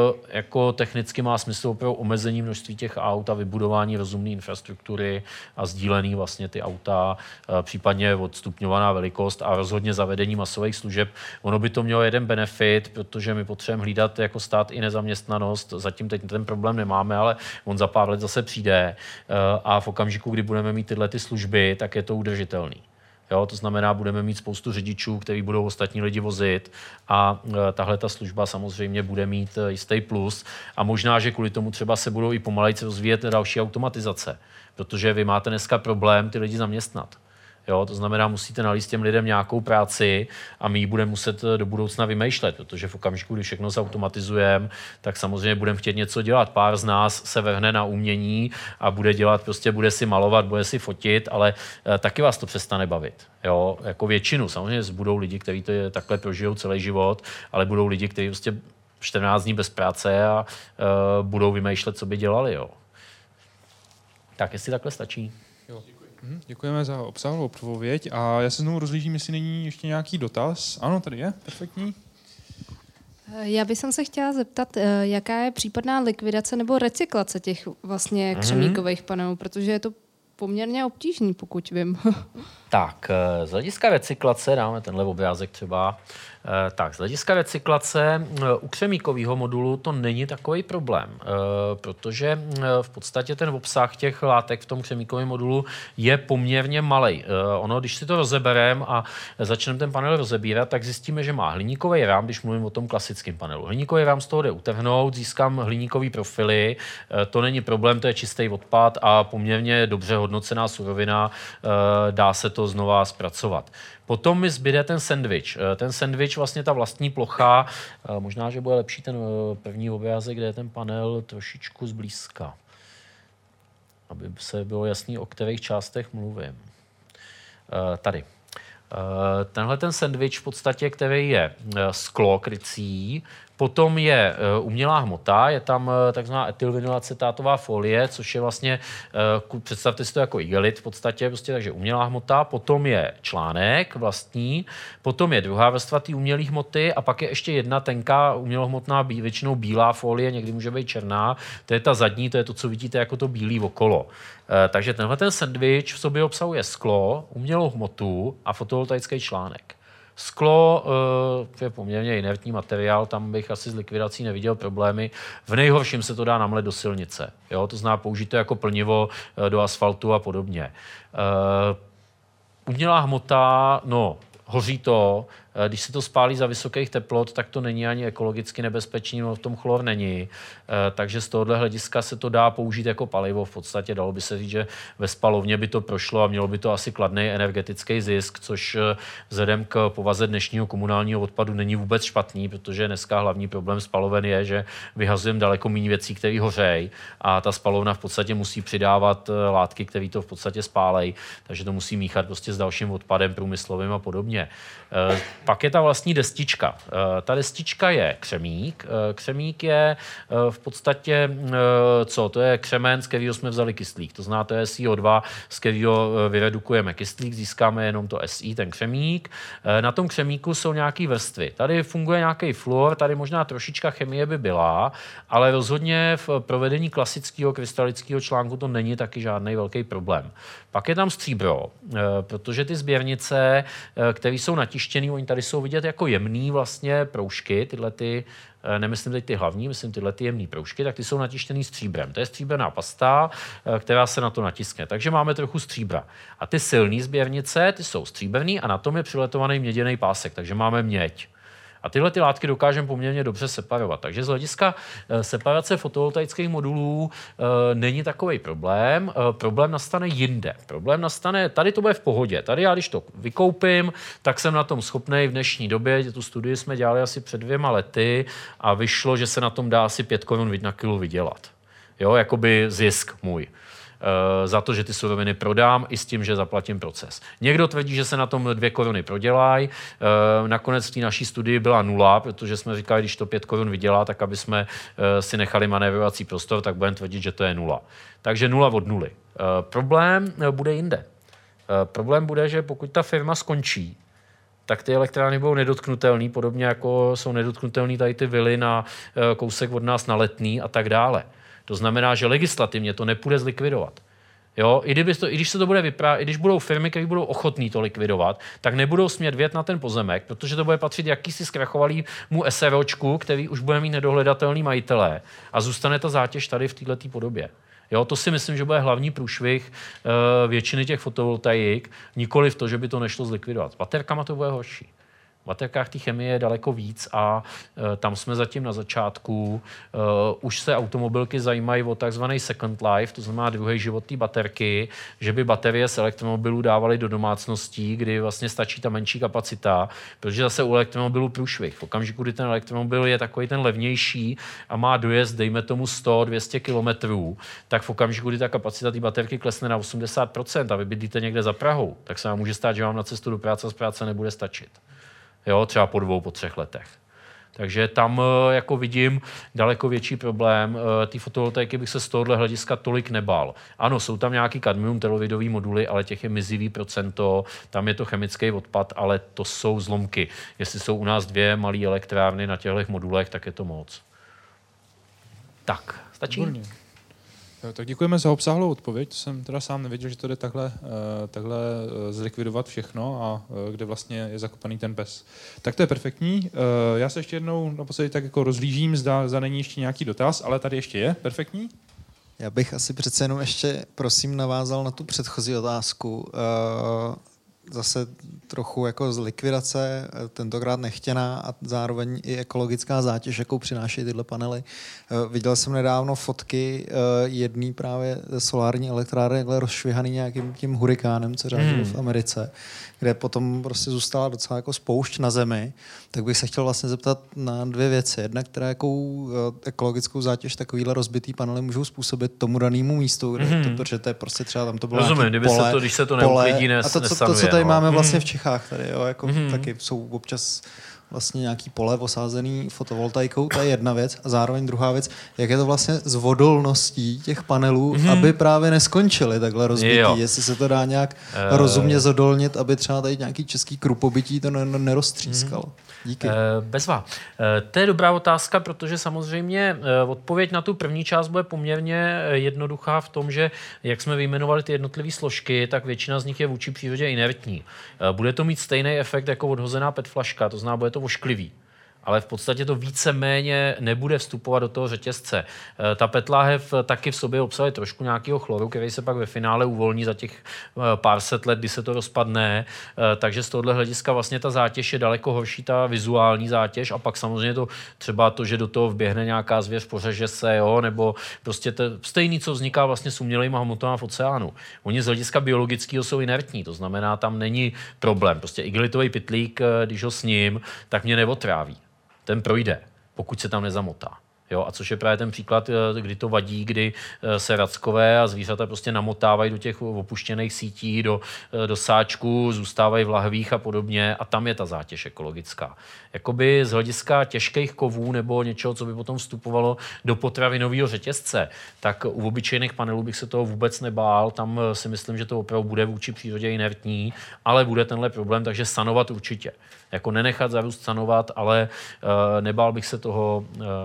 jako technicky má smysl pro omezení množství těch aut a vybudování rozumné infrastruktury a sdílený vlastně ty auta, případně odstupňovaná velikost a rozhodně zavedení masových služeb. Ono by to mělo jeden benefit, protože my potřebujeme hlídat jako stát i nezaměstnanost. Zatím teď ten problém nemáme, ale on za pár let zase přijde a v okamžiku, kdy budeme mít tyhle ty služby, tak je to udržitelný. Jo, to znamená, budeme mít spoustu řidičů, kteří budou ostatní lidi vozit a tahle ta služba samozřejmě bude mít jistý plus a možná, že kvůli tomu třeba se budou i pomalejce rozvíjet další automatizace, protože vy máte dneska problém ty lidi zaměstnat. Jo, to znamená, musíte nalíst těm lidem nějakou práci a my ji budeme muset do budoucna vymýšlet, protože v okamžiku, kdy všechno zautomatizujeme, tak samozřejmě budeme chtět něco dělat. Pár z nás se vrhne na umění a bude dělat, prostě bude si malovat, bude si fotit, ale taky vás to přestane bavit. Jo, jako většinu. Samozřejmě budou lidi, kteří to takhle prožijou celý život, ale budou lidi, kteří prostě 14 dní bez práce a budou vymýšlet, co by dělali. Jo. Tak jestli takhle stačí. Děkujeme za obsáhlou odpověď a já se znovu rozlížím, jestli není ještě nějaký dotaz. Ano, tady je, perfektní. Já bych se chtěla zeptat, jaká je případná likvidace nebo recyklace těch vlastně křemíkových panelů, protože je to poměrně obtížný, pokud vím. Tak, z hlediska recyklace, dáme tenhle obrázek třeba, tak z hlediska recyklace u křemíkového modulu to není takový problém, protože v podstatě ten obsah těch látek v tom křemíkovém modulu je poměrně malej. Ono, když si to rozebereme a začneme ten panel rozebírat, tak zjistíme, že má hliníkový rám, když mluvím o tom klasickém panelu. Hliníkový rám z toho jde utrhnout, získám hliníkový profily, to není problém, to je čistý odpad a poměrně dobře hodnocená surovina, dá se to znova zpracovat. Potom mi zbyde ten sandwich. Ten sandwich, vlastně ta vlastní plocha, možná, že bude lepší ten první obrázek, kde je ten panel trošičku zblízka. Aby se bylo jasný, o kterých částech mluvím. Tady. Tenhle ten sandwich v podstatě, který je sklo krycí, Potom je umělá hmota, je tam takzvaná etylvinylacetátová folie, což je vlastně, představte si to jako igelit v podstatě, prostě, takže umělá hmota, potom je článek vlastní, potom je druhá vrstva té umělé hmoty a pak je ještě jedna tenká umělohmotná, většinou bílá folie, někdy může být černá, to je ta zadní, to je to, co vidíte jako to bílý okolo. Takže tenhle ten sendvič v sobě obsahuje sklo, umělou hmotu a fotovoltaický článek. Sklo je poměrně inertní materiál, tam bych asi s likvidací neviděl problémy. V nejhorším se to dá namlet do silnice. Jo? To znamená použít to jako plnivo do asfaltu a podobně. Umělá hmota, no, hoří to. Když se to spálí za vysokých teplot, tak to není ani ekologicky nebezpečný, no v tom chlor není. Takže z tohohle hlediska se to dá použít jako palivo. V podstatě dalo by se říct, že ve spalovně by to prošlo a mělo by to asi kladný energetický zisk, což vzhledem k povaze dnešního komunálního odpadu není vůbec špatný, protože dneska hlavní problém spaloven je, že vyhazujeme daleko méně věcí, které hořejí a ta spalovna v podstatě musí přidávat látky, které to v podstatě spálejí, takže to musí míchat prostě s dalším odpadem průmyslovým a podobně. Pak je ta vlastní destička. Ta destička je křemík. Křemík je v podstatě, co? To je křemen, z kterého jsme vzali kyslík. To znamená, to je SiO2, z kterého vyredukujeme kyslík, získáme jenom to Si, ten křemík. Na tom křemíku jsou nějaké vrstvy. Tady funguje nějaký fluor, tady možná trošička chemie by byla, ale rozhodně v provedení klasického krystalického článku to není taky žádný velký problém. Pak je tam stříbro, protože ty sběrnice, které jsou natištěné, oni tady jsou vidět jako jemný vlastně proužky, tyhle ty, nemyslím teď ty hlavní, myslím tyhle ty jemný proužky, tak ty jsou natištěný stříbrem. To je stříbrná pasta, která se na to natiskne. Takže máme trochu stříbra. A ty silné sběrnice, ty jsou stříbrný a na tom je přiletovaný měděný pásek, takže máme měď. A tyhle ty látky dokážeme poměrně dobře separovat. Takže z hlediska separace fotovoltaických modulů není takový problém. Problém nastane jinde. Problém nastane, tady to bude v pohodě. Tady já, když to vykoupím, tak jsem na tom schopnej v dnešní době, tu studii jsme dělali asi před 2 lety a vyšlo, že se na tom dá asi 5 korun na kilo vydělat. Jo, jakoby zisk můj. Za to, že ty suroviny prodám i s tím, že zaplatím proces. Někdo tvrdí, že se na tom 2 koruny prodělají. Nakonec v té naší studii byla 0, protože jsme říkali, když to 5 korun vydělá, tak aby jsme si nechali manévrovací prostor, tak budeme tvrdit, že to je 0. Takže 0 od 0. Problém bude jinde. Problém bude, že pokud ta firma skončí, tak ty elektrárny budou nedotknutelný, podobně jako jsou nedotknutelný tady ty vily na kousek od nás na Letný a tak dále. To znamená, že legislativně to nepůjde zlikvidovat. Jo? I když se to bude i když budou firmy, které budou ochotní to likvidovat, tak nebudou smět vjet na ten pozemek, protože to bude patřit jakýsi zkrachovalýmu SROčku, který už bude mít nedohledatelný majitelé a zůstane ta zátěž tady v této podobě. Jo, to si myslím, že bude hlavní průšvih většiny těch fotovoltaik, nikoli v to, že by to nešlo zlikvidovat. S baterkama to bude horší. V baterkách té chemie je daleko víc a tam jsme zatím na začátku. Už se automobilky zajímají o takzvaný second life, to znamená druhý život té baterky, že by baterie z elektromobilů dávaly do domácností, kdy vlastně stačí ta menší kapacita, protože zase u elektromobilů průšvih. V okamžiku, kdy ten elektromobil je takový ten levnější a má dojezd, dejme tomu 100-200 kilometrů, tak v okamžiku, kdy ta kapacita té baterky klesne na 80% a vy bydlíte někde za Prahou, tak se vám může stát, že vám na cestu do práce a z práce nebude stačit. Jo, třeba po 2, po 3 letech. Takže tam jako vidím daleko větší problém. Ty fotovoltaiky bych se z tohohle hlediska tolik nebál. Ano, jsou tam nějaký kadmium teloidový moduly, ale těch je mizivý procento, tam je to chemický odpad, ale to jsou zlomky. Jestli jsou u nás 2 malé elektrárny na těchto modulech, tak je to moc. Tak, stačí? Výborně. Jo, tak děkujeme za obsáhlou odpověď. Jsem teda sám nevěděl, že to jde takhle zlikvidovat všechno a kde vlastně je zakopaný ten pes. Tak to je perfektní. Já se ještě jednou naposledy tak jako rozlížím, zda není ještě nějaký dotaz, ale tady ještě je. Perfektní. Já bych asi přece jenom ještě, prosím, navázal na tu předchozí otázku. Zase trochu jako z likvidace, tentokrát nechtěná a zároveň i ekologická zátěž, jakou přináší tyhle panely. Viděl jsem nedávno fotky jedný právě solární elektrárny rozšvihaný nějakým tím hurikánem, co řádil v Americe, kde potom prostě zůstala docela jako spoušť na zemi. Tak bych se chtěl vlastně zeptat na 2 věci. Jedna, která jakou ekologickou zátěž takovýhle rozbitý panely můžou způsobit tomu danému místu, protože to je prostě třeba tam to bylo rozumím, pole, když se to neuklidí, a to, co tady máme vlastně v Čechách tady, jo, jako taky jsou občas vlastně nějaký pole osázený fotovoltaikou, to je jedna věc. A zároveň druhá věc, jak je to vlastně s vodolností těch panelů, aby právě neskončily takhle rozbitý. Jestli se to dá nějak rozumně zodolnit, aby třeba tady nějaký český krupobytí to neroztřískalo. Díky. Bezva. To je dobrá otázka, protože samozřejmě odpověď na tu první část bude poměrně jednoduchá v tom, že jak jsme vyjmenovali ty jednotlivé složky, tak většina z nich je vůči přírodě inertní. Bude to mít stejný efekt jako odhozená PET flaška, to znamená, bude to ošklivý. Ale v podstatě to víceméně nebude vstupovat do toho řetězce. Ta PET láhev taky v sobě obsahuje trošku nějakého chloru, který se pak ve finále uvolní za těch pár set let, kdy se to rozpadne. Takže z tohohle hlediska vlastně ta zátěž je daleko horší, ta vizuální zátěž, a pak samozřejmě to třeba to, že do toho vběhne nějaká zvěř, pořeže se, jo, nebo prostě to stejný, co vzniká vlastně s umělejma hmotama v oceánu. Oni z hlediska biologického jsou inertní, to znamená, tam není problém. Prostě igelitový pytlík, když ho sním, tak mě neotráví. Ten projde, pokud se tam nezamotá. Jo, a což je právě ten příklad, kdy to vadí, kdy se rackové a zvířata prostě namotávají do těch opuštěných sítí, do sáčků, zůstávají v lahvích a podobně, a tam je ta zátěž ekologická. Jakoby z hlediska těžkých kovů nebo něčeho, co by potom vstupovalo do potravinového řetězce, tak u obyčejných panelů bych se toho vůbec nebál. Tam si myslím, že to opravdu bude vůči přírodě inertní, ale bude tenhle problém, takže sanovat určitě. Jako nenechat zarůst, sanovat, ale nebál bych se toho,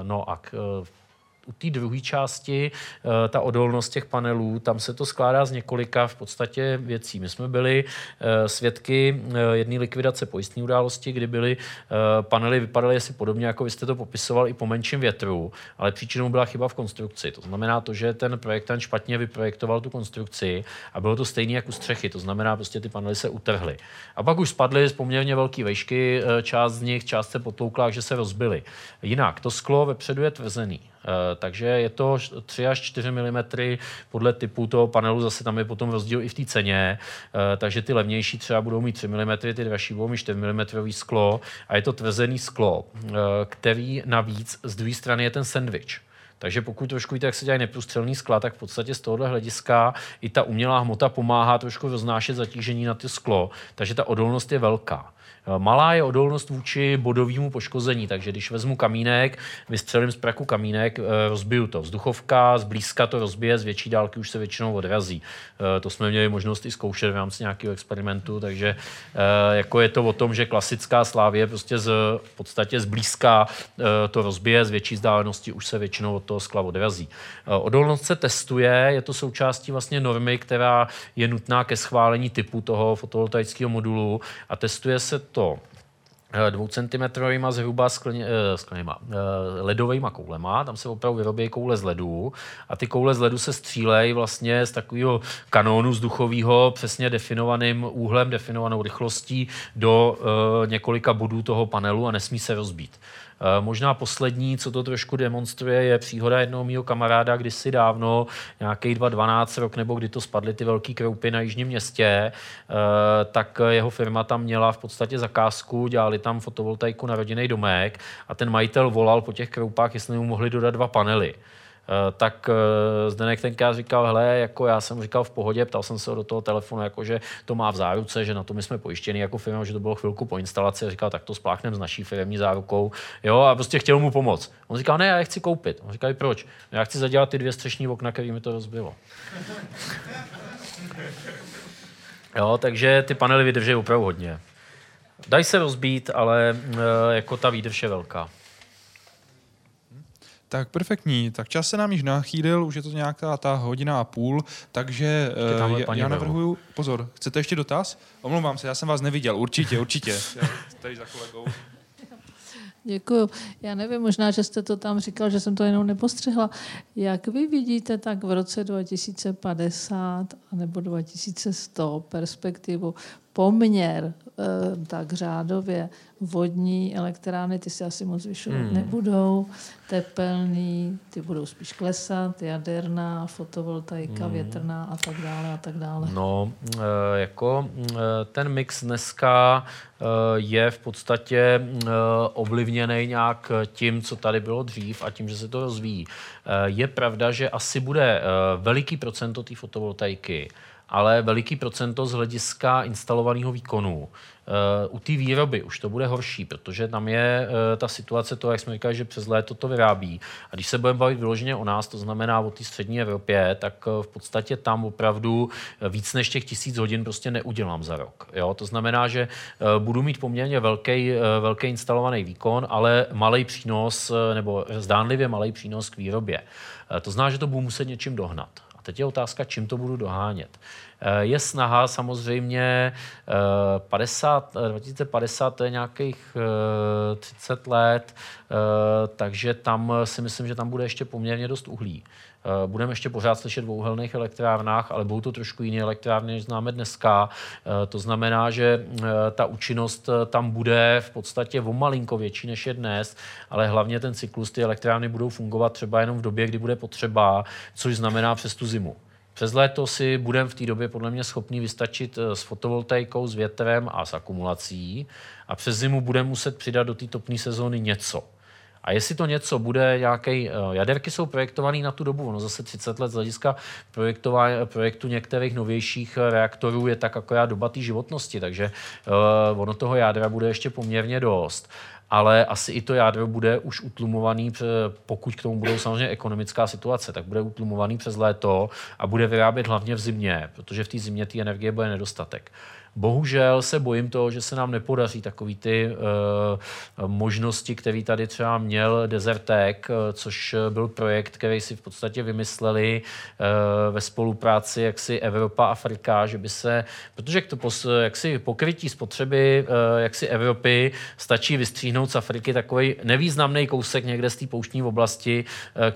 u té druhé části, ta odolnost těch panelů, tam se to skládá z několika v podstatě věcí. My jsme byli svědky jedné likvidace pojistné události, kdy byly panely, vypadaly asi podobně, jako vy jste to popisoval, i po menším větru, ale příčinou byla chyba v konstrukci. To znamená to, že ten projektant špatně vyprojektoval tu konstrukci a bylo to stejné jako u střechy. To znamená, prostě ty panely se utrhly. A pak už spadly z poměrně velké vejšky, část z nich, část se potloukla, že se rozbily. Jinak to sklo vepředu je tvrzený. Takže je to 3 až 4 mm podle typu toho panelu, zase tam je potom rozdíl i v té ceně, takže ty levnější třeba budou mít 3 mm, ty dražší budou mít 4 mm sklo a je to tvrzený sklo, který navíc z druhé strany je ten sandwich. Takže pokud trošku víte, jak se dělají neprůstřelný skla, tak v podstatě z tohohle hlediska i ta umělá hmota pomáhá trošku roznášet zatížení na to sklo, takže ta odolnost je velká. Malá je odolnost vůči bodovému poškození, takže když vezmu kamínek, vystřelím z praku kamínek, rozbiju to. Vzduchovka zblízka to rozbije, z větší dálky už se většinou odrazí. To jsme měli možnost i zkoušet v rámci nějakého experimentu, takže jako je to o tom, že klasická slávě prostě v podstatě zblízka to rozbije, z větší vzdálenosti už se většinou od toho skla odrazí. Odolnost se testuje, je to součástí vlastně normy, která je nutná ke schválení typu toho fotovoltaického modulu, a testuje se to 2 cm zhruba ledovejma koulema, tam se opravdu vyrobí koule z ledu a ty koule z ledu se střílejí vlastně z takového kanónu vzduchového přesně definovaným úhlem, definovanou rychlostí do několika bodů toho panelu a nesmí se rozbít. Možná poslední, co to trošku demonstruje, je příhoda jednoho mýho kamaráda kdysi dávno, nějaký 2012 rok, nebo kdy to spadly ty velký kroupy na jižním městě, tak jeho firma tam měla v podstatě zakázku, dělali tam fotovoltaiku na rodinný domek a ten majitel volal po těch kroupách, jestli mu mohli dodat 2 panely. Tak Zdeněk tenkrát říkal, hele, jako já jsem říkal v pohodě, ptal jsem se do toho telefonu, jako, že to má v záruce, že na to my jsme pojištěni jako firma, že to bylo chvilku po instalaci, říkal, tak to spláchnem s naší firemní zárukou, jo, a prostě chtěl mu pomoct. On říkal, ne, já je chci koupit. On říkal, proč? Já chci zadělat ty 2 střešní okna, který mi to rozbilo. Jo, takže ty panely vydrží opravdu hodně. Dají se rozbít, ale jako ta výdrž je velká. Tak perfektní. Tak čas se nám již nachýlil, už je to nějaká ta 1,5 hodiny, takže já navrhuju... Pozor, chcete ještě dotaz? Omlouvám se, já jsem vás neviděl. Určitě. Já tady za kolegou. Děkuju. Já nevím, možná, že jste to tam říkal, že jsem to jenom nepostřehla. Jak vy vidíte tak v roce 2050 nebo 2100 perspektivu poměr tak řádově vodní elektrárny, ty se asi moc zvyšovat nebudou, tepelný, ty budou spíš klesat, jaderná, fotovoltaika, větrná a tak dále. No, jako ten mix dneska je v podstatě ovlivněný nějak tím, co tady bylo dřív a tím, že se to rozvíjí. Je pravda, že asi bude veliký procento té fotovoltaiky ale veliký procento z hlediska instalovaného výkonu. U té výroby už to bude horší, protože tam je ta situace toho, jak jsme říkali, že přes léto to vyrábí. A když se budeme bavit vyloženě o nás, to znamená o té střední Evropě, tak v podstatě tam opravdu víc než těch 1000 hodin prostě neudělám za rok. Jo? To znamená, že budu mít poměrně velký instalovaný výkon, ale malý přínos, nebo zdánlivě malý přínos k výrobě. To znamená, že to budu muset něčím dohnat. A teď je otázka, čím to budu dohánět. Je snaha samozřejmě 2050 to je nějakých 30 let, takže tam si myslím, že tam bude ještě poměrně dost uhlí. Budeme ještě pořád slyšet o uhelných elektrárnách, ale budou to trošku jiné elektrárny, než známe dneska. To znamená, že ta účinnost tam bude v podstatě o malinko větší, než je dnes, ale hlavně ten cyklus, ty elektrárny budou fungovat třeba jenom v době, kdy bude potřeba, což znamená přes tu zimu. Přes léto si budeme v té době podle mě schopni vystačit s fotovoltaikou, s větrem a s akumulací a přes zimu budeme muset přidat do té topné sezóny něco. A jestli to něco bude nějaký, jaderky jsou projektované na tu dobu, ono zase 30 let z hlediska projektu některých novějších reaktorů je tak akorát doba té životnosti, takže ono toho jádra bude ještě poměrně dost. Ale asi i to jádro bude už utlumovaný, pokud k tomu budou samozřejmě ekonomická situace, tak bude utlumovaný přes léto a bude vyrábět hlavně v zimě, protože v té zimě té energie bude nedostatek. Bohužel se bojím toho, že se nám nepodaří takový ty možnosti, který tady třeba měl Desertec, což byl projekt, který si v podstatě vymysleli ve spolupráci jaksi Evropa, Afrika, že by se, protože jaksi pokrytí spotřeby jaksi Evropy stačí vystříhnout z Afriky takový nevýznamný kousek někde z té pouštní oblasti,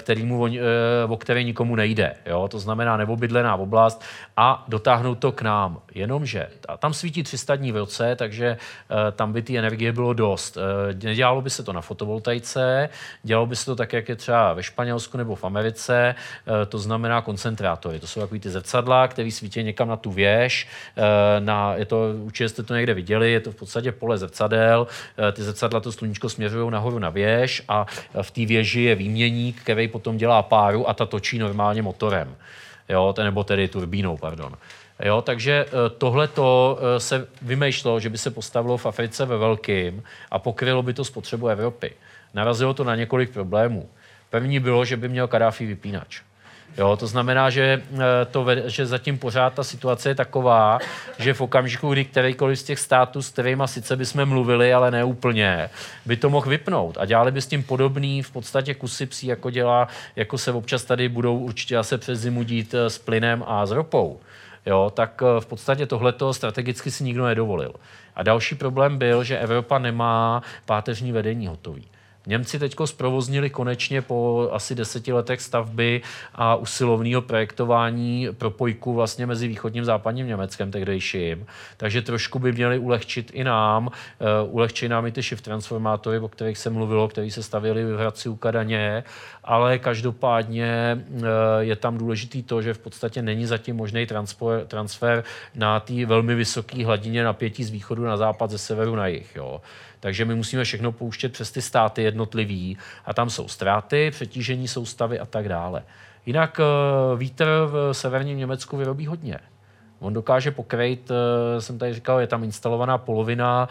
o který nikomu nejde. Jo? To znamená neobydlená oblast a dotáhnout to k nám. Jenomže tam svítí 300 dní v roce, takže tam by ty energie bylo dost. Nedělalo by se to na fotovoltaice, dělalo by se to tak, jak je třeba ve Španělsku nebo v Americe, to znamená koncentrátory. To jsou takový ty zrcadla, které svítí někam na tu věž. Určitě jste to někde viděli, je to v podstatě pole zrcadel. Ty zrcadla to sluníčko směřují nahoru na věž a v té věži je výměník, který potom dělá páru a ta točí normálně motorem. Jo, nebo tedy turbínou, pardon. Jo, takže tohleto se vymýšlelo, že by se postavilo v Africe ve velkým a pokrylo by to spotřebu Evropy. Narazilo to na několik problémů. První bylo, že by měl Kaddáfí vypínač. Jo, to znamená, že zatím pořád ta situace je taková, že v okamžiku, kdy kterýkoliv z těch států, s kterýma sice bychom mluvili, ale ne úplně, by to mohl vypnout a dělali by s tím podobný v podstatě kusy psí, jako se občas tady budou určitě zase přes zimu dít s plynem a s ropou. Jo, tak v podstatě tohleto strategicky si nikdo nedovolil. A další problém byl, že Evropa nemá páteřní vedení hotový. Němci teďko zprovoznili konečně po asi 10 letech stavby a usilovného projektování propojku vlastně mezi východním a západním Německem tehdejším. Takže trošku by měli ulehčit i nám, ulehčit nám i ty shift transformátory, o kterých se mluvilo, které se stavěly v Hradci u Kadaně, ale každopádně je tam důležitý to, že v podstatě není zatím možný transfer na té velmi vysoké hladině napětí z východu na západ, ze severu na jih. Jo. Takže my musíme všechno pouštět přes ty státy jednotlivý a tam jsou ztráty, přetížení soustavy a tak dále. Jinak vítr v severním Německu vyrobí hodně. On dokáže pokrýt, jsem tady říkal, je tam instalovaná polovina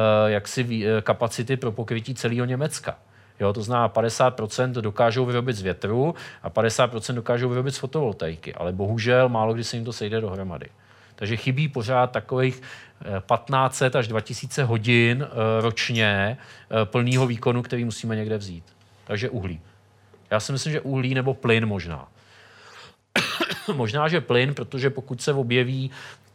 kapacity pro pokrytí celého Německa. Jo, to znamená 50% dokážou vyrobit z větru a 50% dokážou vyrobit z fotovoltaiky, ale bohužel málo kdy se jim to sejde dohromady. Takže chybí pořád takových 1500 až 2000 hodin ročně plného výkonu, který musíme někde vzít. Takže uhlí. Já si myslím, že uhlí nebo plyn možná. Možná, že plyn, protože pokud se objeví,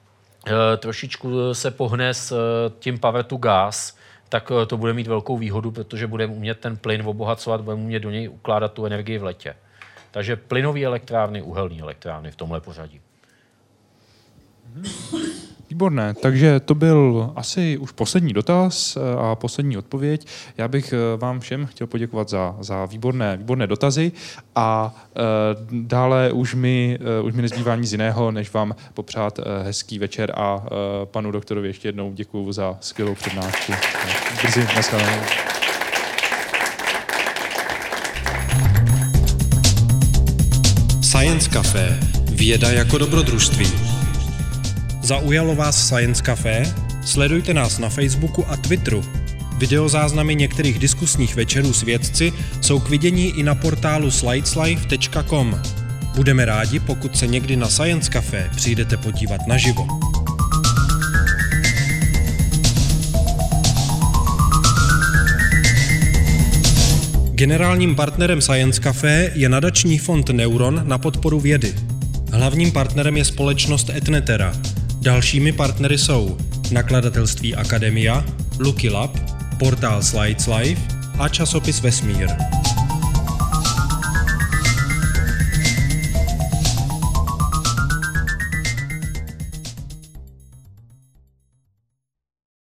trošičku se pohne s tím power to gas, tak to bude mít velkou výhodu, protože budeme umět ten plyn obohacovat, budeme umět do něj ukládat tu energii v letě. Takže plynové elektrárny, uhelné elektrárny v tomhle pořadí. Výborné, takže to byl asi už poslední dotaz a poslední odpověď. Já bych vám všem chtěl poděkovat za výborné dotazy a dále už mi nezbývá nic jiného, než vám popřát hezký večer a panu doktorovi ještě jednou děkuju za skvělou přednášku. Brzy nashledanou. Science Café. Věda jako dobrodružství. Zaujalo vás Science Café? Sledujte nás na Facebooku a Twitteru. Videozáznamy některých diskusních večerů s vědci jsou k vidění i na portálu slideslife.com. Budeme rádi, pokud se někdy na Science Café přijdete podívat naživo. Generálním partnerem Science Café je nadační fond Neuron na podporu vědy. Hlavním partnerem je společnost Etnetera. Dalšími partnery jsou nakladatelství Akademia, Lucky Lab, portál Slides Life a časopis Vesmír.